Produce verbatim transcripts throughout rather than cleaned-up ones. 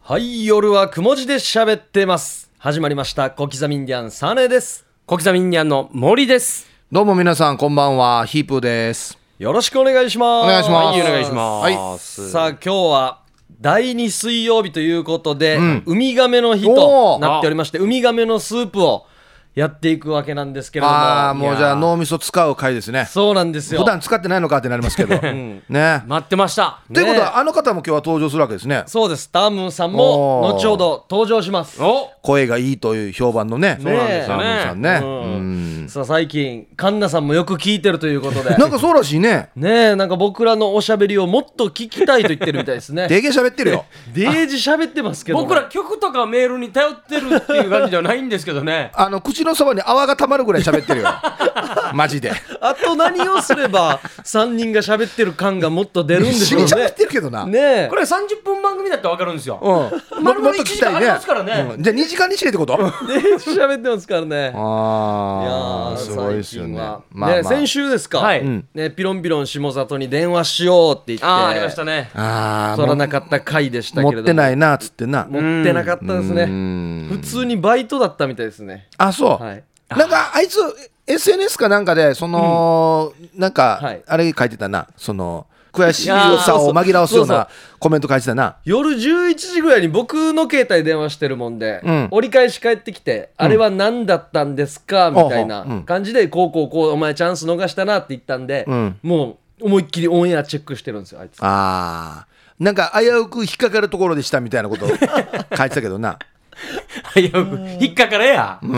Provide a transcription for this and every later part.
はい、夜はくも字で喋ってます。始まりました。小刻みインディアンサネです。 小刻みインディアンの森です。 どうも皆さんこんばんは、ヒープーです。 よろしくお願いします。 お願いします。 はい、お願いします、 はい、 さあ今日はだいに水曜日ということで、うん、ウミガメの日となっておりまして、ウミガメのスープをやっていくわけなんですけれども、 ああもうじゃあ脳みそ使う回ですね。 そうなんですよ。 普段使ってないのかってなりますけど、うん、ね、 待ってました。 ということはあの方も今日は登場するわけですね。 そうです。タームーさんも後ほど登場します。 お声がいいという評判のね。 そうなんですよね。 タームーさんね、 うんうん、さあ最近カンナさんもよく聞いてるということでなんかそうらしいね。 ねえ、なんか僕らのおしゃべりをもっと聞きたいと言ってるみたいですね。 デーゲ喋ってるよ。 デージ喋ってますけど、ね、 僕ら曲とかメールに頼ってるっていう感じではないんですけどね。 あの口のそばに泡がたまるぐらい喋ってるよ。マジで。 あと何をすればさんにんが喋ってる感がもっと出るんでしょうね。 喋ってるけどな。 ねえ、 これさんじゅっぷん番組だって分かるんですよ。 うん、 丸々いちじかんありますからね。 うん、じゃあにじかんにしてってこと？ デージ喋ってますからね。 ああ、すごいですよね。まあまあ、 ね、先週ですか、 はい、 ね、ピロンピロン下里に電話しようって言って、 あ, ありましたね。 あ取らなかった回でしたけれども、 持ってないなっつってな。 持ってなかったですね。普通にバイトだったみたいですね。 あ、そう、はい、なんかあいつ エスエヌエス かなんかでその、うん、なんか、はい、あれ書いてたな、その悔しさを紛らわすようなコメント書いてたな。 夜じゅういちじぐらいに僕の携帯電話してるもんで、うん、折り返し帰ってきて、うん、あれは何だったんですかみたいな感じで、こうこうこうお前チャンス逃したなって言ったんで、うん、もう思いっきりオンエアチェックしてるんですよあいつ。 あー、なんか危うく引っかかるところでしたみたいなこと書いてたけどな。 危うく引っかかれや、 うん、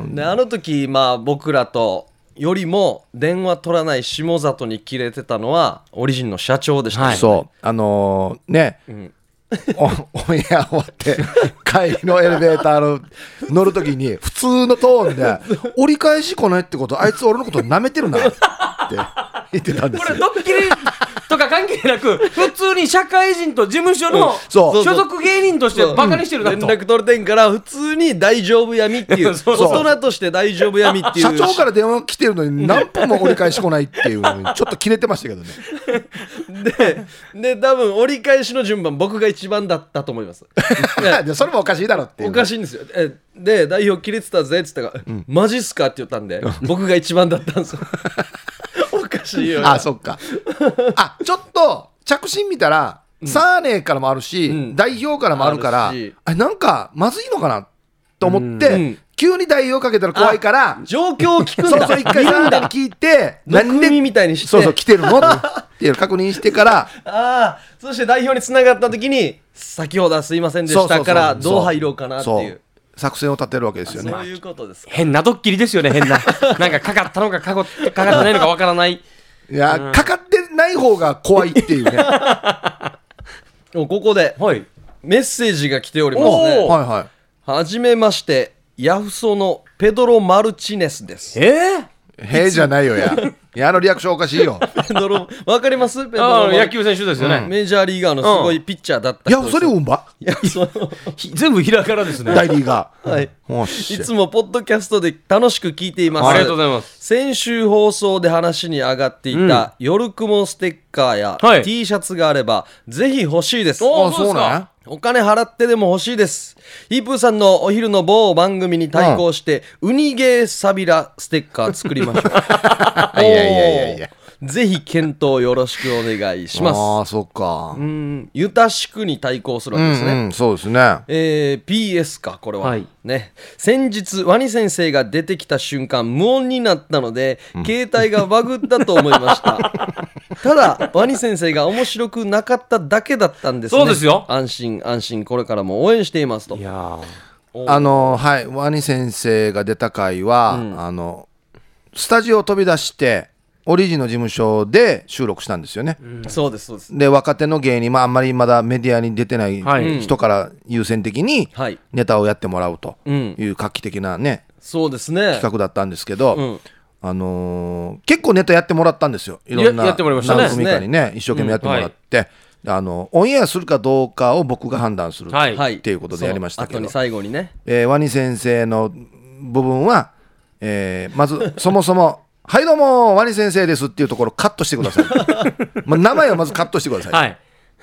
であの時まあ僕らとよりも電話取らない下里に切れてたのはオリジンの社長でしたね、はい、 そうあのー、ね、うん、オンエア終わって帰りのエレベーターの乗るときに普通のトーンで折り返し来ないってこと、あいつ俺のこと舐めてるなって言ってたんですよ。 これドッキリとか関係なく普通に社会人と事務所の所属芸人としてバカにしてるなと。 連絡取れてんから普通に大丈夫やみっていう大人として大丈夫やみっていう社長から電話来てるのに何分も折り返し来ないっていうのにちょっとキレてましたけどね。 でで多分折り返しの順番僕が一番だったと思います。 でそれもおかしいだろっていう。 おかしいんですよ。えで代表切れてたぜって言ったから、うん、マジっすかって言ったんで僕が一番だったんですよ。おかしいよ。 あ、そっか。あ、ちょっと着信見たら、うん、サーネーからもあるし、うん、代表からもあるからあ、なんかまずいのかなと思って、うん、急に代表かけたら怖いから状況を聞くんだ。 そうそう、一回サーネーに聞いてなんでみたいにしてそうそう来てるのっていう確認してからあ、そして代表に繋がった時に先ほどはすいませんでしたからどう入ろうかなっていう作戦を立てるわけですよね。 そういうことですか。 変なドッキリですよね。変ななんかかかったのかかかってないのかわからない。いや、うん、かかってない方が怖いっていうね。 ここで、はい、メッセージが来ておりますね。 はいはい。 はじめまして、ヤフソのペドロ・マルチネスです。 えー、へーじゃないよや。いや、あのリアクションおかしいよ。 ペドロ、わかります？ペドロ、野球選手ですよね、 うん。メジャーリーガーのすごいピッチャーだった人です。 いや、それうんば。 いや、そ全部ひらがなですね。 大リーガー。はい。いつもポッドキャストで楽しく聞いています。 ありがとうございます。 先週放送で話に上がっていた、うん、夜雲ステッカーや、はい、T シャツがあればぜひ欲しいです。 お、そうですか。 お金払ってでも欲しいです。ヒープーさんのお昼の某番組に対抗して、うん、ウニゲーサビラステッカー作りましょう。 いやいやいやいや、 ぜひ検討よろしくお願いします。 ああ、そっか。 うん、ユタシクに対抗するわけですね。 うんうん、そうですね。 えー、ピーエス かこれは、はい、ね。先日ワニ先生が出てきた瞬間無音になったので、うん、携帯がバグったと思いました。ただワニ先生が面白くなかっただけだったんですね。 そうですよ。 安心安心、これからも応援していますと。 いやあのはい、ワニ先生が出た回は、うん、あのスタジオを飛び出してオリジンの事務所で収録したんですよね、 うん、そうですそうです。 で若手の芸人、まあ、あんまりまだメディアに出てない人から優先的にネタをやってもらうという画期的なね、 そうですね、 企画だったんですけど、うん、あのー、結構ネタやってもらったんですよ。いろんな何組かにね一生懸命やってもらって、うん、はい、あのオンエアするかどうかを僕が判断するっていうことでやりましたけど、 後に最後にね、 えー、ワニ先生の部分は、えー、まずそもそもはいどうもワニ先生ですっていうところカットしてください。まあ名前をまずカットしてください。 はい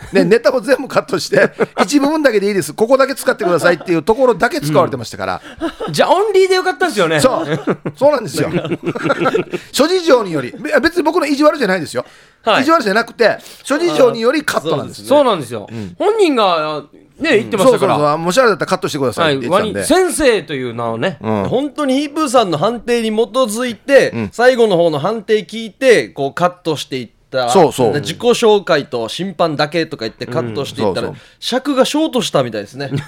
でネタも全部カットして一部分だけでいいです、ここだけ使ってくださいっていうところだけ使われてましたから、 うん、じゃあオンリーでよかったですよね。 そうそうなんですよ諸事情により、別に僕の意地悪じゃないですよ、はい、意地悪じゃなくて諸事情によりカットなんです。 そうなんですよ、うん、本人がね言ってましたから、うん、そうそうそう、 もしあれだったらカットしてくださいって言ってたんで、はい、 先生という名をね、 うん、本当にヒープーさんの判定に基づいて、うん、最後の方の判定聞いてこうカットしていって、そうそう、自己紹介と審判だけとか言ってカットしていったら、うん、そうそう、尺がショートしたみたいですねで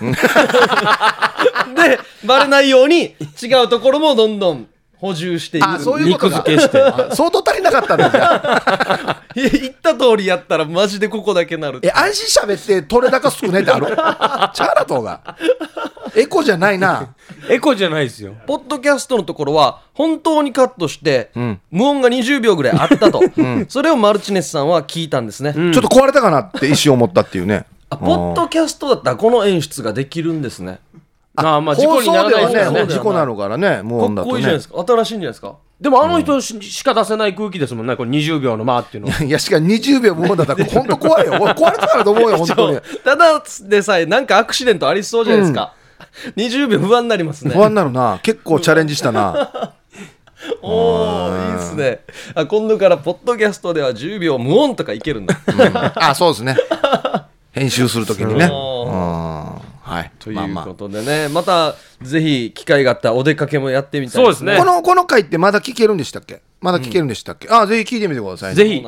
バレないように違うところもどんどん補充していく、 あ、そういうことか、 肉付けして相当足りなかったんだじゃ言った通りやったらマジでここだけなる。 え、安心しゃべって取れ高少ないってあるチャーラトがエコじゃないなエコじゃないですよ。 ポッドキャストのところは本当にカットして、うん、無音がにじゅうびょうぐらいあったと、うん、それをマルチネスさんは聞いたんですね、うん、 ちょっと壊れたかなって一瞬思ったっていうねあ、ポッドキャストだったらこの演出ができるんですね。 ああ、まあ事故にならないですね。 事故なのからね、もうだとね。かっこいいじゃないですか。 新しいんじゃないですか。 でもあの人 し,、うん、しか出せない空気ですもんね。これにじゅうびょうの間っていうのは。 いや、しかもにじゅうびょうもだったら本当怖いよ。壊れたからと思うよ本当に。 ただでさえなんかアクシデントありそうじゃないですか。うん、にじゅうびょう不安になりますね。 不安になるな。結構チャレンジしたな。 おー、いいっすね。あ、今度からポッドキャストではじゅうびょう無音とかいけるんだ。 うん、あ、そうですね。編集するときにね。はい、 ということでね、まあまあ、またぜひ機会があったらお出かけもやってみたいですね。 そうですね。 このこの回ってまだ聞けるんでしたっけ？まだ聞けるんでしたっけ？うん、あ、ぜひ聞いてみてください、ね。 ぜひ、 うん、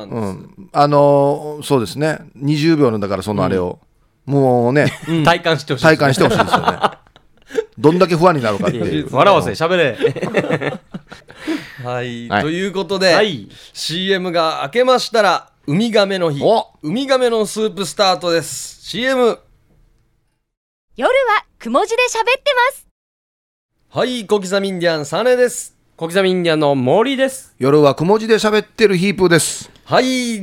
あのー、そうですね。にじゅうびょうのだからそのあれを、うん、もうね、 うん、体感してほしい、 ね。体感してほしいですよね。どんだけ不安になるかっていう。 笑わせ、喋れ。 はい、はい、ということで、はい、シーエム が明けましたらウミガメの日、ウミガメのスープスタートです。シーエム。 夜はくも字で喋ってます。 はい、小刻みインディアンサネです。 小刻みインディアンの森です。 夜はくも字で喋ってるヒープです。 はい、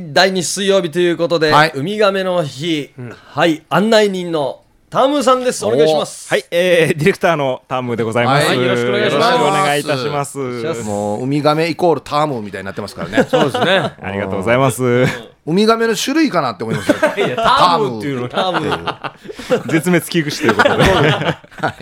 だいに水曜日ということで、はい、ウミガメの日、うん、はい、案内人のタームさんです。お願いします。 はい、えー、ディレクターのタームでございます。はい、 よろしくお願いします。 よろしくお願いいたします。 もうウミガメイコールタームみたいになってますからね。 そうですね。 ありがとうございます。 ウミガメの種類かなって思いますよ。 いや、タームっていうの、ターム絶滅危惧種ということではい、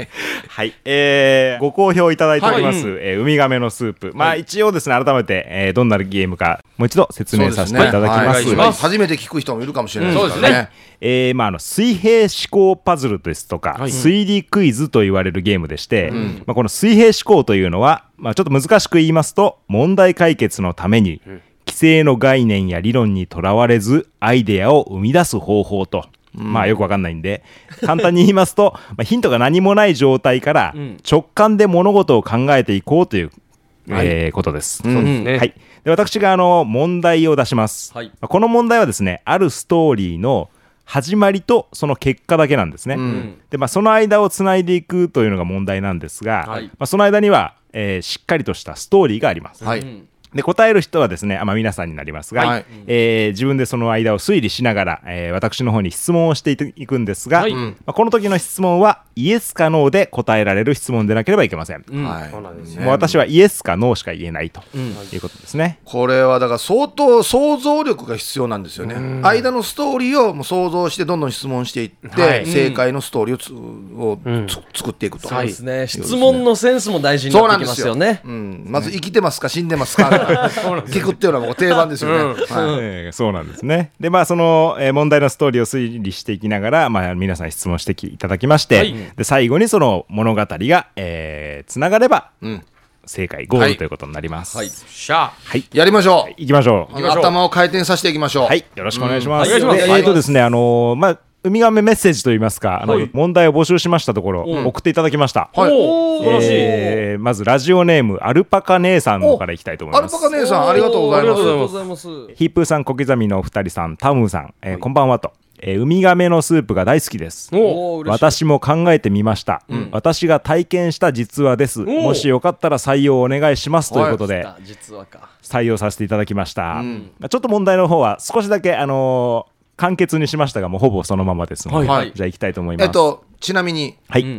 はい、えー、ご好評いただいております、はい、えー、ウミガメのスープ、まあ一応ですね、改めて、えー、どんなゲームかもう一度説明させていただきます。 ね、はい、初めて聞く人もいるかもしれないですからね。うん、 えーまあ、あの水平思考パズルですとか、はい、推理クイズと言われるゲームでして、うん、まあ、この水平思考というのは、まあ、ちょっと難しく言いますと、問題解決のために、うん、既成の概念や理論にとらわれずアイデアを生み出す方法と、うん、まあよくわかんないんで簡単に言いますと、まあ、ヒントが何もない状態から直感で物事を考えていこうという、うん、えー、ことです。 そうですね。 はい、で私があの問題を出します。はい、この問題はですね、あるストーリーの始まりとその結果だけなんですね。うん、で、まあ、その間をつないでいくというのが問題なんですが、はい、まあ、その間には、えー、しっかりとしたストーリーがあります。はい、で答える人はですね、まあ、皆さんになりますが、はい、えー、自分でその間を推理しながら、えー、私の方に質問をしていくんですが、はい、まあ、この時の質問はイエスかノーで答えられる質問でなければいけません。うん、はい、もう私はイエスかノーしか言えないということですね。 うん、これはだから相当想像力が必要なんですよね。間のストーリーをもう想像してどんどん質問していって、はい、正解のストーリーをつ、をつ、うん、作っていくと。 そうですね。質問のセンスも大事になってきますよね。 うん、まず生きてますか死んでますか聞くっていうのはもう定番ですよね。うん、はい、 えー、そうなんですね。で、まあその、えー、問題のストーリーを推理していきながら、まあ、皆さん質問していただきまして、はい、で最後にその物語が、えー、つながれば、うん、正解ゴール、はい、ということになります。 はい、 しゃはい、やりましょう。はい、 行きましょう。 頭を回転させていきましょう。 はい、よろしくお願いします。うん、で、えーとですね、あのー、まあウミガメメッセージといいますか、あの、はい、問題を募集しましたところ、うん、送っていただきました。 はい、おー、素晴らしい。 えー、まずラジオネームアルパカ姉さんのからいきたいと思います。 アルパカ姉さん、ありがとうございます。ありがとうございます。 ヒープーさん、小刻みのお二人さん、タムさん、えーはい、こんばんはと。えー、ウミガメのスープが大好きです。私も考えてみました、うん、私が体験した実話です。もしよかったら採用お願いしますということで採用させていただきました。うん、ちょっと問題の方は少しだけ、あのー簡潔にしましたが、もうほぼそのままですので、はい、じゃあ行きたいと思います。 えっと、ちなみに、 はい、うん、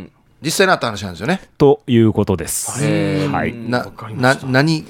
実際にあった話なんですよね。 ということです。 はい、なな何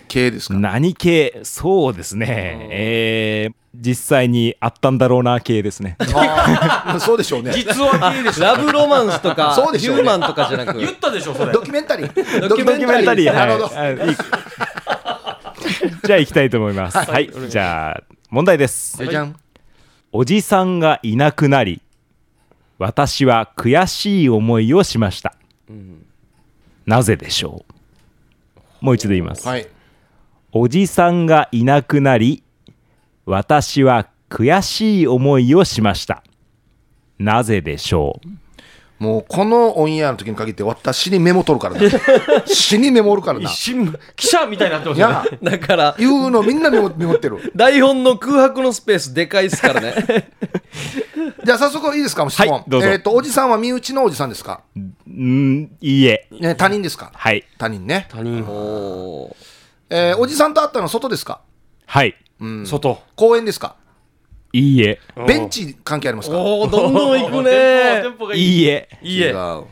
系ですか？ 何系？そうですね、えー、実際にあったんだろうな系ですね。 あそうでしょうね。 実話系でしょ。 ラブロマンスとかそうでしょうねヒューマンとかじゃなく言ったでしょそれ。 ドキュメンタリードキュメンタリーなるほど、 はいはい、じゃあ行きたいと思います。はい、はい、じゃあ問題です。 じゃじゃん。 おじさんがいなくなり私は悔しい思いをしました、うん、なぜでしょう。もう一度言います、はい、おじさんがいなくなり私は悔しい思いをしました、なぜでしょう。 もうこのオンエアの時に限って私にメモ取るからな死にメモるからな。 一瞬記者みたいになってますよね。 だから言うのみんなメモ、メモってる。 台本の空白のスペースでかいですからねじゃあ早速いいですか、質問、 はい、どうぞ。 えーと、おじさんは身内のおじさんですか？ んいいえ、 ね、他人ですか？ はい、 他人ね。 他人。 お、えー、おじさんと会ったのは外ですか？ はい、 うん、 外。 公園ですか？ いいえ。 ベンチ関係ありますか？ おお、どんどん行くねいいえ。 いいえ。 違う、うん、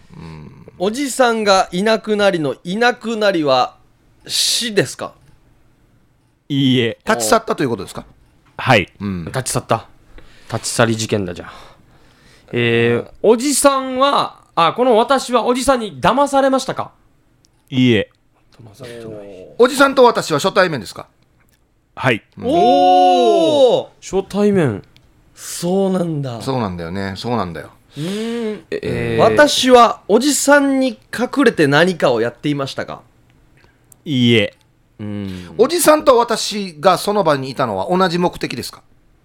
おじさんがいなくなりのいなくなりは死ですか？ いいえ。 立ち去ったということですか？ はい、 うん、 立ち去った。立ち去り事件だじゃん。えー、おじさんはあこの私はおじさんに騙されましたか？ いいえ。 騙されてない。 おじさんと私は初対面ですか？ はい、 うん、おお、 初対面。 そうなんだ。 そうなんだよね、そうなんだよ。 うーん、 えー、 私はおじさんに隠れて何かをやっていましたか？ いいえ。 うん、 おじさんと私がその場にいたのは同じ目的ですか？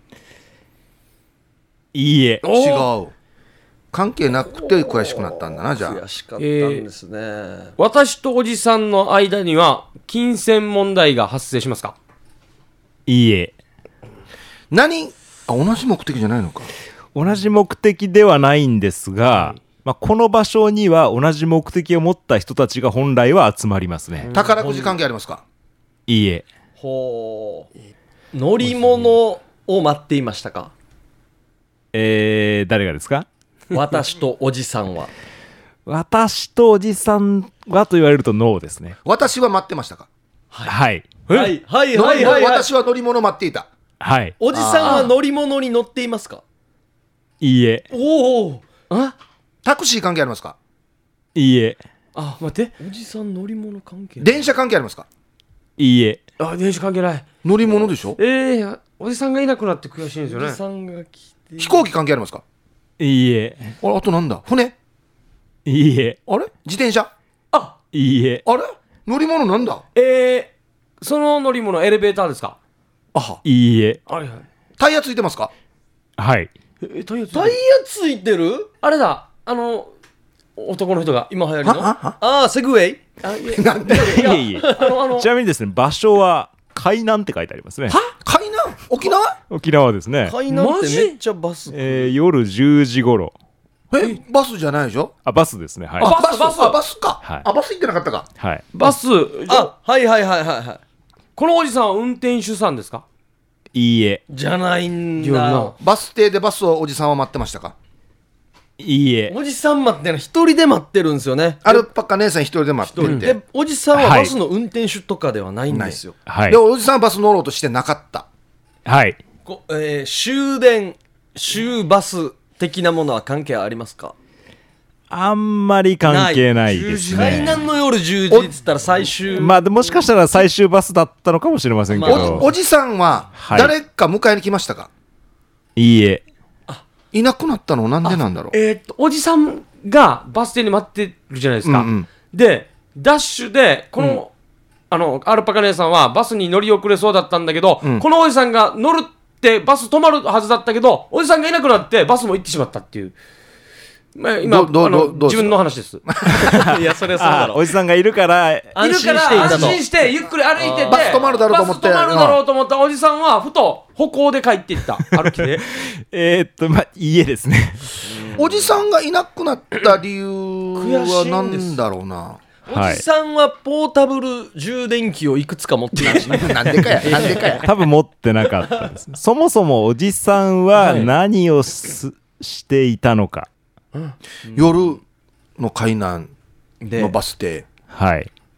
いいえ。 違う。関係なくて悔しくなったんだな。じゃあ悔しかったんですね、えー、私とおじさんの間には金銭問題が発生しますか？ いいえ。 何、あ、同じ目的じゃないのか。 同じ目的ではないんですが、うん、まあ、この場所には同じ目的を持った人たちが本来は集まりますね。 宝くじ関係ありますか？ いいえ。 ほう、乗り物を待っていましたか？ えー、誰がですか？ 私とおじさんは。 私とおじさんはと言われるとノーですね。 私は待ってましたか？ はい。 はいはいはいはい。 私は乗り物待っていた。 はい。 おじさんは乗り物に乗っていますか？ いいえ。 おお。 あ、タクシー関係ありますか？ いいえ。 あ、待って。 おじさん乗り物関係。 電車関係ありますか？ いいえ。 あ、電車関係ない。 乗り物でしょ？ えー、おじさんがいなくなって悔しいんですよね。 おじさんが来て。 飛行機関係ありますか？ いいえ。 あれ、あとなんだ？船？ いいえ。 あれ？自転車？ あ、 いいえ。 あれ？乗り物なんだ？ えー、その乗り物エレベーターですか？ あは。 いいえ。 はいはい。 タイヤついてますか？ はい。 え、タイヤついてる？ タイヤついてる？ あれだ、あの男の人が今流行りの。ああ、セグウェイ。 あ、いえ、なんで？ いえいえ。あのあのちなみにですね、場所は海南って書いてありますね。 は？海南？沖縄？ 沖縄ですね。 海南ってめっちゃバス。 えー、夜じゅうじ頃。 え、バスじゃないでしょ？ あ、バスですね。はい。 あ、バス、 バスあ、バスか。 はい。 あ、バス行ってなかったか。 はい。 バス。 あ、はいはいはいはいはい。 このおじさんは運転手さんですか？ いいえ。 じゃないんいやなだ。 バス停でバスをおじさんは待ってましたか？ いいえ。 おじさん待っての一人で待ってるんですよね。 アルパカ姉さん一人で待っていて、 で、おじさんはバスの運転手とかではないんですよ。 はいで。おじさんはバス乗ろうとしてなかった。 はい。 こえー終電、終バス的なものは関係ありますか？ あんまり関係ないですね。 海南の夜じゅうじっつったら最終。 まあでもしかしたら最終バスだったのかもしれませんけまあど。 おじさんははい誰か迎えに来ましたか？ いいえ。 いなくなったのなんでなんだろう。 えーっと、おじさんがバス停に待ってるじゃないですか。 うんうん、 で、ダッシュで、この、うん、あの、アルパカ姉さんはバスに乗り遅れそうだったんだけど、うん、このおじさんが乗るってバス止まるはずだったけど、おじさんがいなくなってバスも行ってしまったっていう。まあ、今あの自分の話です。 いや、それはそうだろう。 おじさんがいるから安心していたと。 安心してゆっくり歩いてて、 バス止まるだろうと思って、 バス止まるだろうと思ったおじさんはふと歩行で帰っていった。歩きで。 えっとまあいいえですね。 おじさんがいなくなった理由は何だろうな。 おじさんはポータブル充電器をいくつか持っていましたね。 なんでかや、なんでかや。 多分持ってなかったです。そもそもおじさんは何をす、はい、していたのか。 うん、夜の海南のバス停、 はい、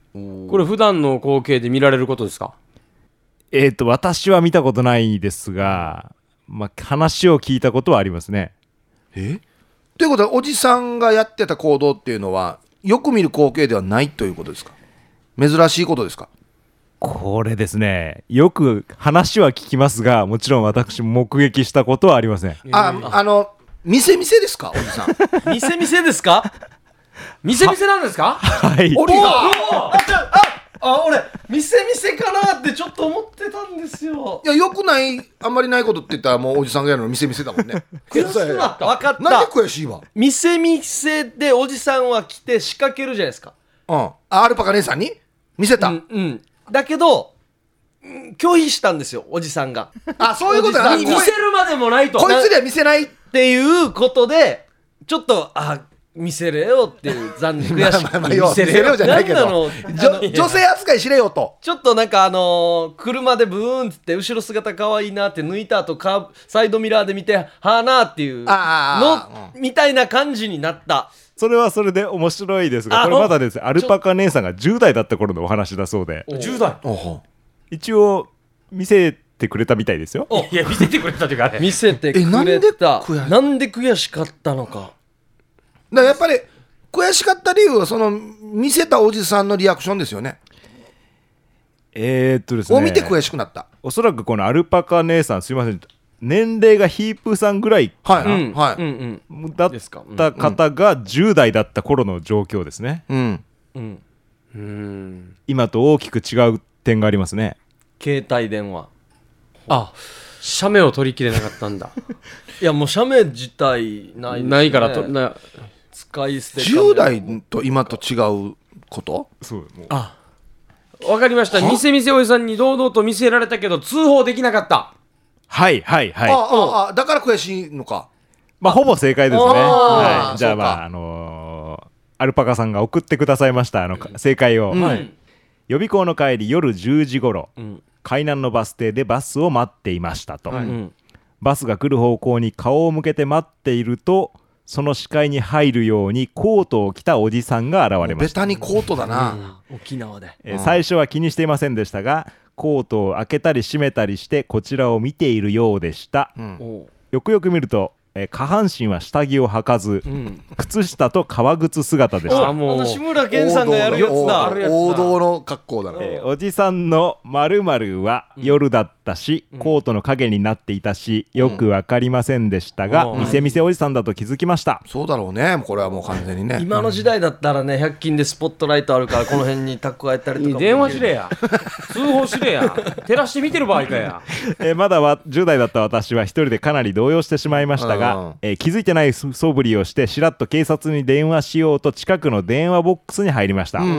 これ普段の光景で見られることですか？ えっと私は見たことないですが、まあ、話を聞いたことはありますね。 えということはおじさんがやってた行動っていうのはよく見る光景ではないということですか？珍しいことですか？ これですね、よく話は聞きますが、もちろん私も目撃したことはありません。 あ、あの店店ですかおじさん？ 店店ですか？ 店店なんですか？ はい。 俺があ、ちょああ俺店店かなってちょっと思ってたんですよ。 いやよくないあんまりないことって言ったらもうおじさんがやるの店店だもんね。 悔しくなった。分かった。 なんで悔しいわ。 店店でおじさんは来て仕掛けるじゃないですか。 うん。アルパカ姉さんに見せた。 うん、うん、だけど拒否したんですよおじさんが。 あ、そういうことだ。 見せるまでもないと。 こいつには見せないっていうことでちょっとあ見せれよっていう残念悔しい。 まあまあ見せれよじゃないけど、女, 女性扱いしれよと。 ちょっとなんかあのー、車でブーンって後ろ姿可愛いなって抜いた後カサイドミラーで見てはあなっていうのみたいな感じになった。 それはそれで面白いですが、これまだですね、アルパカ姉さんがじゅう代だった頃のお話だそうで、 じゅう代一応見せてくれたみたいですよ。 いや見せてくれたというかね、 見せてくれた。なんでなんで悔しかったのか。 だからやっぱり悔しかった理由はその見せたおじさんのリアクションですよね。 えーっとですね、 を見て悔しくなった。 おそらくこのアルパカ姉さん、すいません、年齢がヒープーさんぐらいはい、 うんはい、 うんうん、 だった方がじゅう代だった頃の状況ですね。 うんうん、 うん今と大きく違う点がありますね。 携帯電話。 あ、写メを取りきれなかったんだ。 いやもう写メ自体ないですね。 ないからとな使い捨てじゅう代と今と違うこと？ そうもうあわかりました。店店おじさんに堂々と見せられたけど通報できなかった。 はいはいはい。 あああだから悔しいのか。 まあほぼ正解ですね。はい、じゃあまあ、 そうかあのー、アルパカさんが送ってくださいましたあの正解を、 うんはい、予備校の帰り夜じゅうじ頃、うん、海南のバス停でバスを待っていましたと、はい、バスが来る方向に顔を向けて待っているとその視界に入るようにコートを着たおじさんが現れました。 ベタにコートだな、 うん、沖縄で、 えー、最初は気にしていませんでしたがコートを開けたり閉めたりしてこちらを見ているようでした、うん、よくよく見ると、えー、下半身は下着を履かず、うん、靴下と革靴姿でした。 あもう志村けんさんがやるやつだ。 王道の格好だな、 えー、おじさんの〇〇は夜だったし、うん、コートの影になっていたしよく分かりませんでしたが、うん、店店おじさんだと気づきました。 そうだろうね。これはもう完全にね今の時代だったらねひゃく均でスポットライトあるからこの辺に蓄えたりとか電話しれや通報しれや照らして見てる場合かや、 えー、まだはじゅう代だった私は一人でかなり動揺してしまいましたが、うんえー、気づいてない素振りをしてしらっと警察に電話しようと近くの電話ボックスに入りました、うんうん、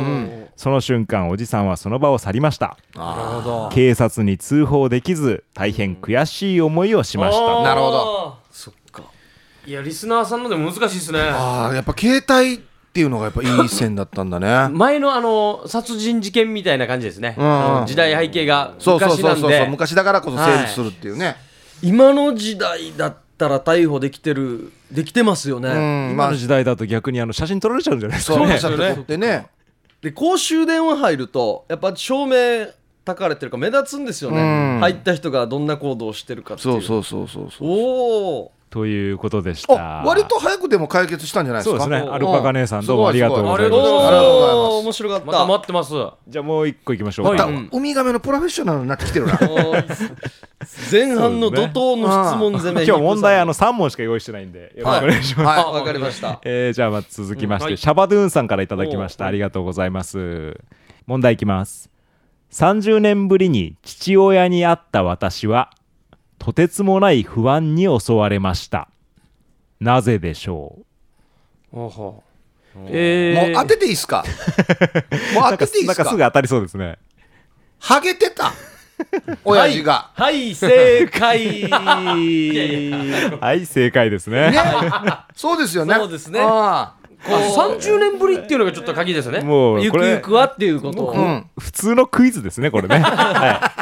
その瞬間おじさんはその場を去りました。 あ警察に通報できず大変悔しい思いをしました。 なるほど。 そっか。いやリスナーさんのでも難しいですね。 ああやっぱ携帯っていうのがやっぱいい線だったんだね。 前のあの殺人事件みたいな感じですね、うん、時代背景が昔なんで。 そうそうそうそう昔だからこそ成立するっていうね、はい、 今の時代だったら逮捕できてるできてますよね、うん、 今の時代だと逆にあの写真撮られちゃうんじゃないですかね。 そうですよね。 で公衆電話入るとやっぱ照明たかれてるか目立つんですよね、うん、入った人がどんな行動をしてるかっていう。 そうそうそうそうそう。 おーということでした。 割と早くでも解決したんじゃないですか。 そうですね。アルパカ姉さんどうもありがとうございました。 面白かった。 また待ってます。 じゃあもう一個いきましょうか。 またウミガメのプロフェッショナルになってきてるな。 前半の怒涛の質問攻め、 今日問題あのさん問しか用意してないんでよろしくお願いします。 はい、わ、はい、かりました。 えー、じゃあまあ続きまして、うんはい、シャバドゥーンさんからいただきました。ありがとうございます。問題いきます。さんじゅうねんぶりに父親に会った私はとてつもない不安に襲われました。なぜでしょう。 おほえー、もう当てていいですか。もう当てていいですか。 なんかすぐ当たりそうですね。 ハゲてた親父が。 はい、はい、正解。 はい正解ですね。 ねそうですよね。 そうですね。 あさんじゅうねんぶりっていうのがちょっと鍵ですね。 もうゆくゆくはっていうことを、 うん、普通のクイズですねこれね。はい、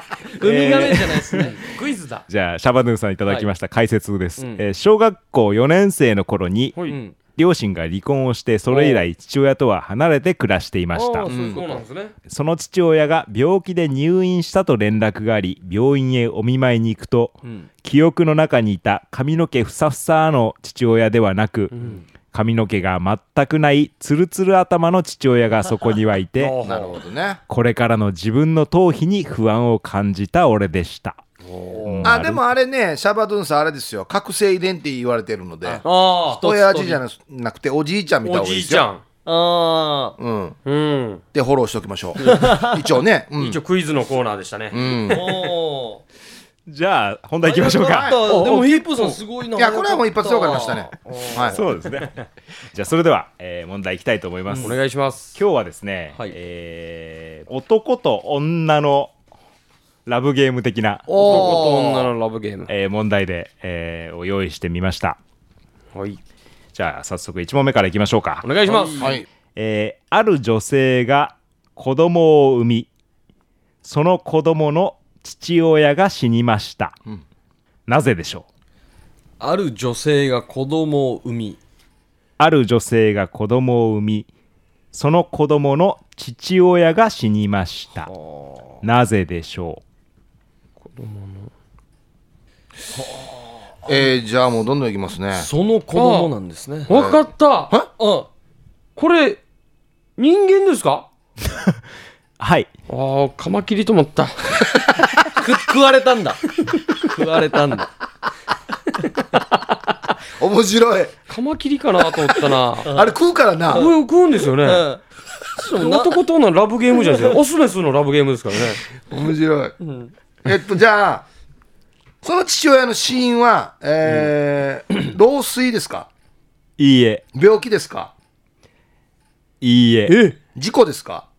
ウミガメじゃないですね。 クイズだ。 じゃあシャバヌーさんいただきました、はい、解説です、うんえー、小学校よねん生の頃に、 うん、 両親が離婚をして、それ以来父親とは離れて暮らしていました。 そういうことなんですね。 その父親が病気で入院したと連絡があり、病院へお見舞いに行くと、うん、記憶の中にいた髪の毛ふさふさの父親ではなく、うん、髪の毛が全くないツルツル頭の父親がそこにはいてなるほどね。 これからの自分の頭皮に不安を感じた俺でした。 あ、でもあれね、シャバドゥンさんあれですよ、覚醒遺伝って言われてるので、 あ親父じゃなくておじいちゃんみたいな。 おじいちゃん。 ああ、 うんうん。 でフォローしておきましょう。一応ね、うん、 一応クイズのコーナーでしたね。 うん、 おじゃあ本題いきましょうか。 でもヒップさんすごいな。 いや、これはもう一発で分かりましたね。 はい、そうですね。じゃあそれでは、えー、問題いきたいと思います、 うん、お願いします。 今日はですね、はい、えー、男と女のラブゲーム的な男と女のラブゲーム、 えー、問題で、えー、を用意してみました。 はい。 じゃあ早速いち問目からいきましょうか。 お願いします。 はい。 えー、ある女性が子供を産み、その子供の父親が死にました、うん、なぜでしょう。 ある女性が子供を産みある女性が子供を産みその子供の父親が死にました、なぜでしょう。 子供のえー、じゃあもうどんどんいきますね。 その子供なんですね。 わかった。 あ、 これ人間ですか？ はい。 ああ、カマキリと思った食われたんだ食われたんだ面白い。 カマキリかなと思ったなあれ食うからな。 これ食うんですよね、うん、男とのラブゲームじゃないですか。オスメスのラブゲームですからね。 面白い、うん、えっとじゃあその父親の死因は、えーうん、老衰ですか？ いいえ。 病気ですか？ いいえ。 え、事故ですか？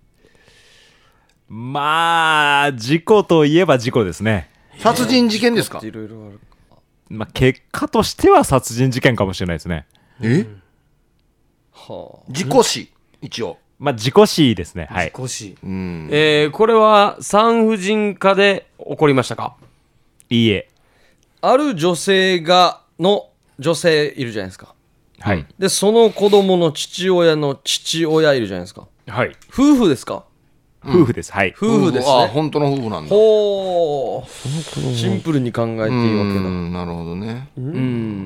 まあ事故といえば事故ですね。 殺人事件ですか？ いろいろある。 まあ結果としては殺人事件かもしれないですね。 え、はあ、事故死一応。 まあ事故死ですね。はい。 事故死。 うん、 えー、これは産婦人科で起こりましたか？ いいえ。 ある女性がの女性いるじゃないですか。 はい。 でその子供の父親の父親いるじゃないですか。 はい。 夫婦ですか？ 夫婦です。はい。 夫婦ですね。 あ、本当の夫婦なんだ。 ほう。シンプルに考えていいわけだ。 なるほどね。 うん。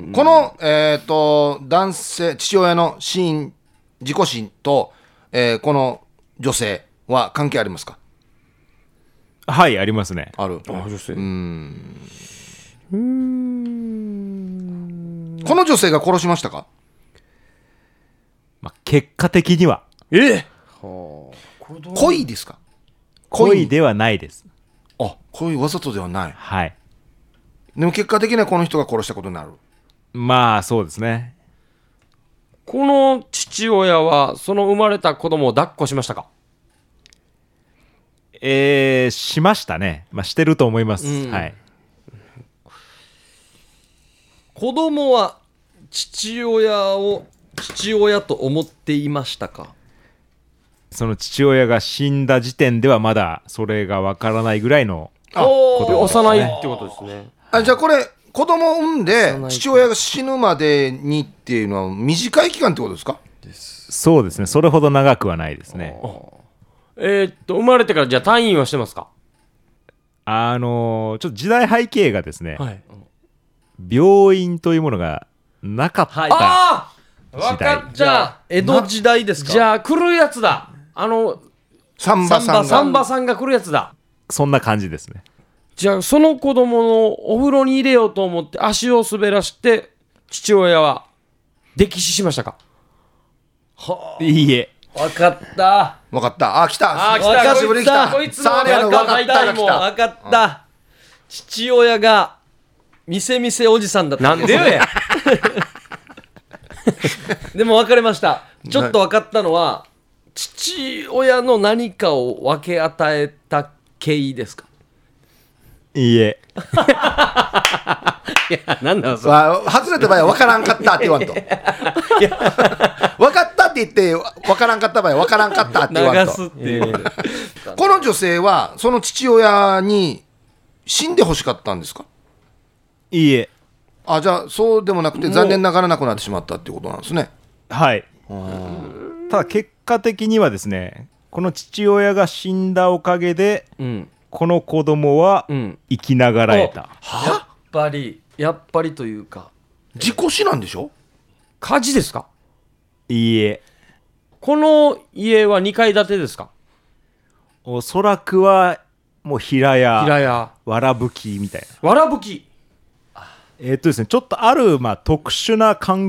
このえっと男性父親の死因事故死と、えー、この女性は関係ありますか？ はい、ありますね。 ある。 あ、女性。 うーん。うーん。この女性が殺しましたか？ まあ、結果的には。 ええ。はあ。恋ですか？ 恋ではないです。 あ、恋わざとではない。 はい。 でも結果的にはこの人が殺したことになる。 まあそうですね。 この父親はその生まれた子供を抱っこしましたか？ えー、しましたね。まあしてると思います。うん、はい。 子供は父親を父親と思っていましたか？ その父親が死んだ時点ではまだそれがわからないぐらいの子供、幼いってことですね。 あ、じゃあこれ子供を産んで父親が死ぬまでにっていうのは短い期間ってことですか？ そうですね。それほど長くはないですね。 えー、っと生まれてからじゃあ退院はしてますか？ あのー、ちょっと時代背景がですね、 はい、 病院というものがなかった時代。 ああ、分かった。 江戸時代ですか？ じゃあ来るやつだ。あのサンバさんがサンバさんが来るやつだ。 そんな感じですね。 じゃあその子供のお風呂に入れようと思って足を滑らして父親は溺死しましたか？ はあ、 いいえ。 分かった分かった。あ、来た。 あ、来た。 久しぶりに来た。 こいつのサーレの分かったが来た。 分かった、うん、父親がみせみせおじさんだった。 なんでよやでも分かりました。ちょっと分かったのは父親の何かを分け与えた経緯ですか？ いいえ。 いや、なんだそれ。外れた場合は分からんかったって言わんと。分かったって言って分からんかった場合は分からんかったって言わんと。 流すっていう。 この女性はその父親に死んでほしかったんですか？ いいえ。 あ、じゃあそうでもなくて残念ながら亡くなってしまったっていうことなんですね。 はい。ただ結果的にはですね、この父親が死んだおかげで、うん、この子供は生きながらえた、うん、 はやっぱりやっぱりというか事故死なんでしょ。 火事ですか。 いいえ。 この家はにかい建てですか。 おそらくはもう平屋平屋わらぶきみたいな。 わらぶき。 えーっとですね、ちょっとある、まあ、特殊な環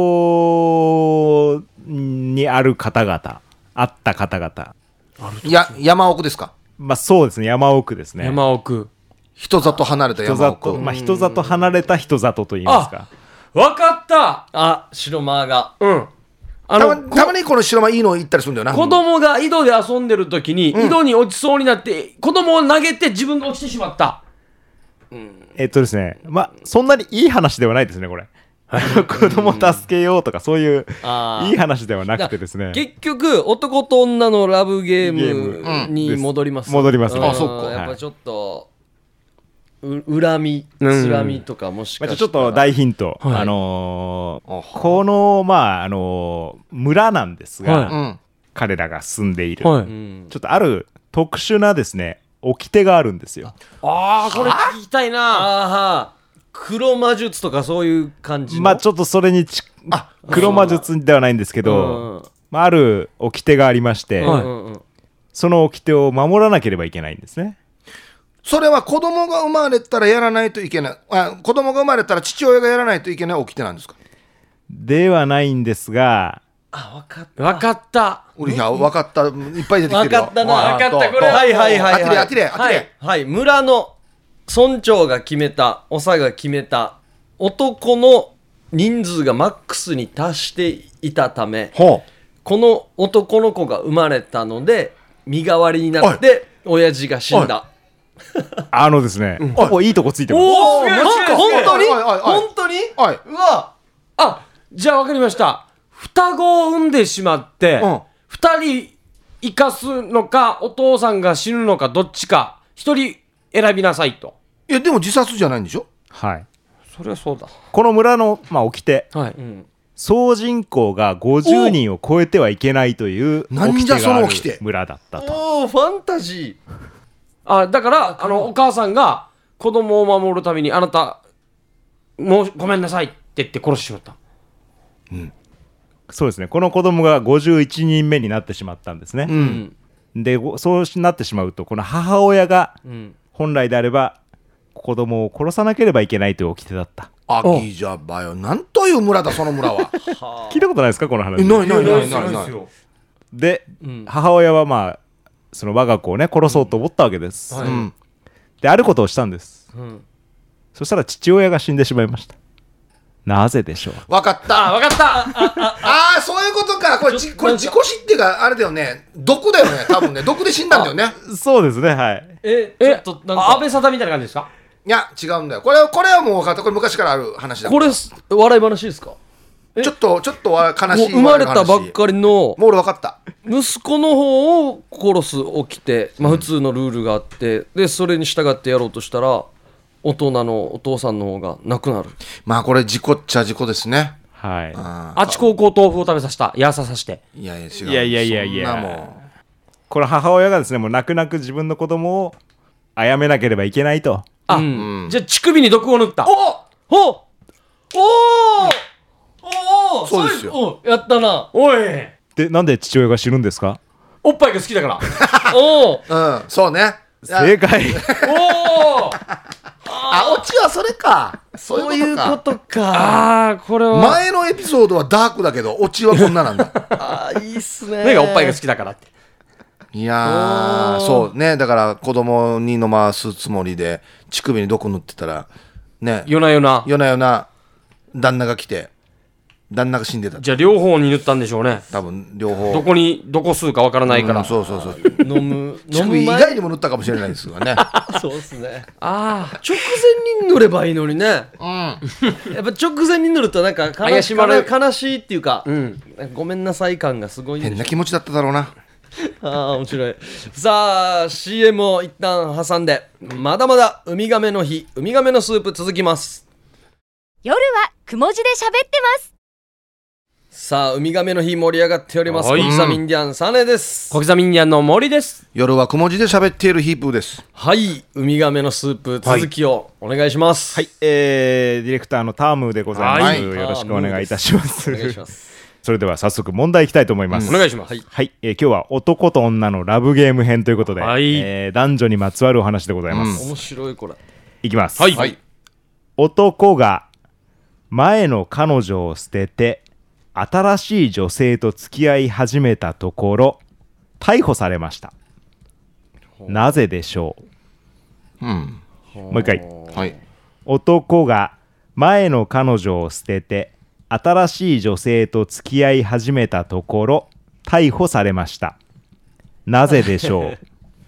境にある方々あった方々。 いや山奥ですか。 まあそうですね、山奥ですね。 山奥、 人里離れた山奥。 人里、まあ、人里離れた人里と言いますか。 わかった。 あ、白間がうんあの た, またまにこの白間いいの言ったりするんだよな。 子供が井戸で遊んでる時に、うん、井戸に落ちそうになって子供を投げて自分が落ちてしまった、 うん、えっとですね、まあそんなにいい話ではないですねこれ。子供助けようとかそういういい話ではなくてですね、 結局男と女のラブゲームに戻ります、 うん、戻りますね。 あ、そっか。やっぱちょっとう恨みつらみとかもしかしたら、 まあ、ちょっと大ヒント、はい、あのー、このまああのー、村なんですが、はい、彼らが住んでいる、はい、ちょっとある特殊なですね掟があるんですよ。 ああ、これ聞きたいな。 あー、黒魔術とかそういう感じの。 まあちょっとそれにちあ黒魔術ではないんですけど、まあ、ある掟がありまして、はい、その掟を守らなければいけないんですね。 それは子供が生まれたらやらないといけない、あ、子供が生まれたら父親がやらないといけない掟なんですか。 ではないんですが、 あ、分かった分かったいや分かった、いっぱい出てきてるよ。 分かったな、 分かった。これはいはいはいはい、 あきれあきれあきれ、 はい、村の村長が決めた、長が決めた男の人数がマックスに達していたため、この男の子が生まれたので身代わりになって親父が死んだ。 あのですね、うん、おいいとこついてます。 おー、本当に本当に、はい、うわあ、じゃあ分かりました。双子を産んでしまって、うん、ふたり生かすのかお父さんが死ぬのかどっちかひとり選びなさいと。 いやでも自殺じゃないんでしょ。 はい、 それはそうだ。 この村の、まあ、掟、はい、うん、総人口がごじゅうにんを超えてはいけないという掟がある村だったと。 おー、ファンタジー。 あ、だからあのお母さんが子供を守るためにあなたもうごめんなさいって言って殺してしまった、 うん、そうですね。この子供がごじゅういちにんめになってしまったんですね、うん、でそうなってしまうとこの母親が本来であれば子供を殺さなければいけないという掟だった。 あきじゃばよ、なんという村だその村は。 聞いたことないですかこの話。 ないないないないない。 で、うん、母親はまあその我が子をね殺そうと思ったわけです、うん、はい、であることをしたんです、うん、そしたら父親が死んでしまいました。なぜでしょう。 分かった、 あ、分かった。 ああ、そういうことか。これこれ自己死っていうかあれだよね、毒だよね多分ね。毒で死んだんだよね。 そうですね、はい。 ええ、ちょっとなんか安倍沙汰みたいな感じですか。 いや違うんだよ。これはこれはもう分かった。これ昔からある話だ。 これ笑い話ですか。 ちょっとちょっと悲しい。 生まれたばっかりのもう俺分かった。 息子の方を殺す起きて、まあ、普通のルールがあって、うん、でそれに従ってやろうとしたら大人のお父さんの方が亡くなる。 まあこれ事故っちゃ事故ですね。 はい。 ああち高校豆腐を食べさせた、やささして。 いやいや違う。 いやいやいやいや。そんなもうこの母親がですねもう泣く泣く自分の子供を殺めなければいけないと。 あ、うん、じゃあ乳首に毒を塗った。 おおおおおお、 そうですよ。 やったな。 おい。 でなんで父親が死ぬんですか。 おっぱいが好きだから。 おお、うん、そうね。 正解。 おお。 あ、オチはそれか。 そういうことか。 ああ、これは前のエピソードはダークだけどオチはこんななんだ。 ああ、いいっすね。 目がおっぱいが好きだからって。 いやー、そうね。だから子供に飲ますつもりで乳首に毒塗ってたらね、 夜な夜な夜な夜な旦那が来て旦那が死んでた。 じゃあ両方に塗ったんでしょうね。 多分両方。 どこにどこ吸うかわからないから、うん、 そうそうそう。 飲む乳首以外にも塗ったかもしれないですがね。 そうですね。 ああ、 直前に塗ればいいのにね。うん。やっぱ直前に塗るとなんか悲し悲しいっていうか、うん、ごめんなさい感がすごいんでしょ。 変な気持ちだっただろうな。 ああ面白い。さあ シーエム を一旦挟んで、まだまだウミガメの日、ウミガメのスープ続きます。 夜はくも字で喋ってます。 さあウミガメの日盛り上がっております。小刻みインディアンサネです。 小刻みインディアンの森です。 夜はくも字で喋っているヒープーです。 はい、ウミガメのスープ続きをお願いします。 はい、えー、ディレクターのタームでございます。はい、よろしくお願いいたします。お願いします。それでは早速問題いきたいと思います。 うん、お願いします。 はい、はい、えー、今日は男と女のラブゲーム編ということで、はい、えー、男女にまつわるお話でございます。 うん、面白いこれ。 いきます。 はい、はい、 男が前の彼女を捨てて新しい女性と付き合い始めたところ逮捕されました。なぜでしょう。うん、もう一回、はい、男が前の彼女を捨てて新しい女性と付き合い始めたところ逮捕されました。なぜでしょう。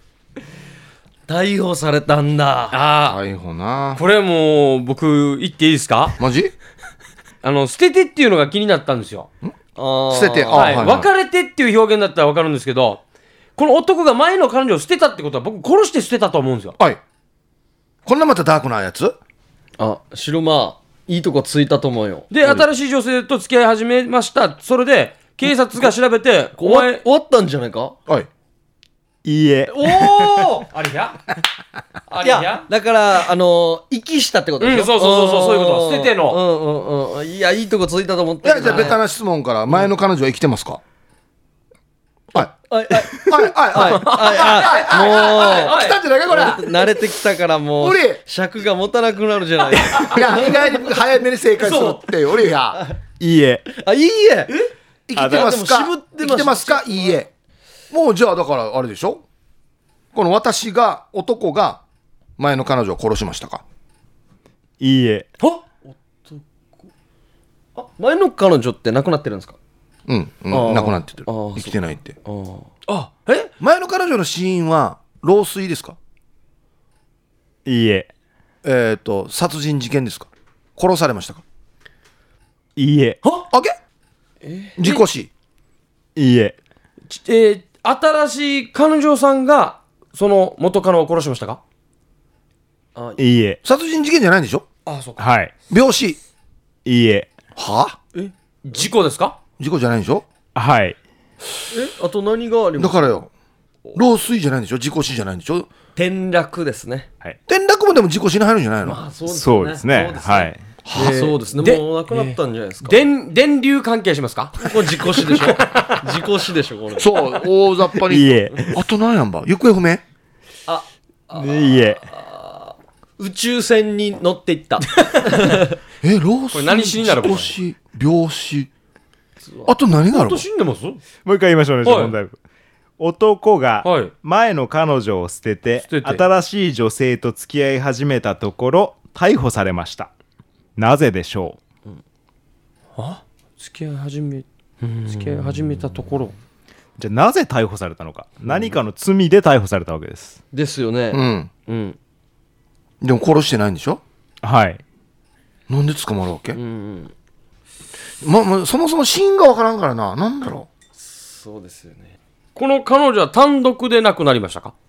逮捕されたんだ。 あ逮捕な。 これもう僕言っていいですか。 マジ。 あの捨ててっていうのが気になったんですよ。 あ捨てて、あ、 はいはいはい、別れてっていう表現だったら分かるんですけど、この男が前の彼女を捨てたってことは僕殺して捨てたと思うんですよ。 はい。こんなまたダークなやつ。 あ、白間いいとこついたと思うよ。 で、新しい女性と付き合い始めました。それで警察が調べてお前終わったんじゃないか。 はい。 いいえ。 おお。ありや。ありや。 いやだからあのー、息したってことでしょ。 うん、そうそうそうそう、そういうこと。捨てての。 うんうんうん。いやいいとこついたと思ったけど、ね。 いやじゃあベタな質問から、前の彼女は生きてますか。 うん、はいはいはいはいはいはい。 もう来たんじゃないかこれ。 慣れてきたからもう尺が持たなくなるじゃないですか。 いや意外に早めに正解するって俺や。 いいえ。 あいいえ。 生きてますか。生きてますか。いいえ。もうじゃあだからあれでしょ。この私が男が前の彼女を殺しましたか。 いいえ。 は男あ前の彼女って亡くなってるんですか。 うん、うん、亡くなってる。生きてないって。 あえ前の彼女の死因は老衰ですか。 いいえ。 えっと殺人事件ですか。殺されましたか。 いいえ。 はあげ、えー、事故死。 いいえ。 えー、新しい彼女さんがその元カノを殺しましたか。 あいいえ。 殺人事件じゃないんでしょ。 あそうか。 はい。 病死。 いいえ。 はえ事故ですか。 事故じゃないんでしょ。 はい。 えあと何がありますか。 だからよ老衰じゃないんでしょ。事故死じゃないんでしょ。 転落ですね。 はい、転落もでも事故死に入るんじゃないの。 まあ、そうですね。 そうですね。はい。 はあ、そうですね。もうなくなったんじゃないですか。 電電流関係しますか。 これ事故死でしょ。事故死でしょこれ。 そう大雑把に。 いいえ。 あと何やんば。行方不明。 ああいいえ。 宇宙船に乗っていった。 え老衰。 これ何死になる。 事故死病死。あと何があるの。 死んでます。もう一回言いましょうね。問題。男がはい前の彼女を捨てて新しい女性と付き合い始めたところ逮捕されました。なぜでしょう。うん、 あ付き合い始め付き合い始めたところ。 じゃあなぜ逮捕されたのか。何かの罪で逮捕されたわけです。 ですよね。 うんうん。 でも殺してないんでしょ。 はい。 なんで捕まるわけ。 うんうんままそもそも死因がわからんからな。なんだろう。そうですよね。 この彼女は単独で亡くなりましたか。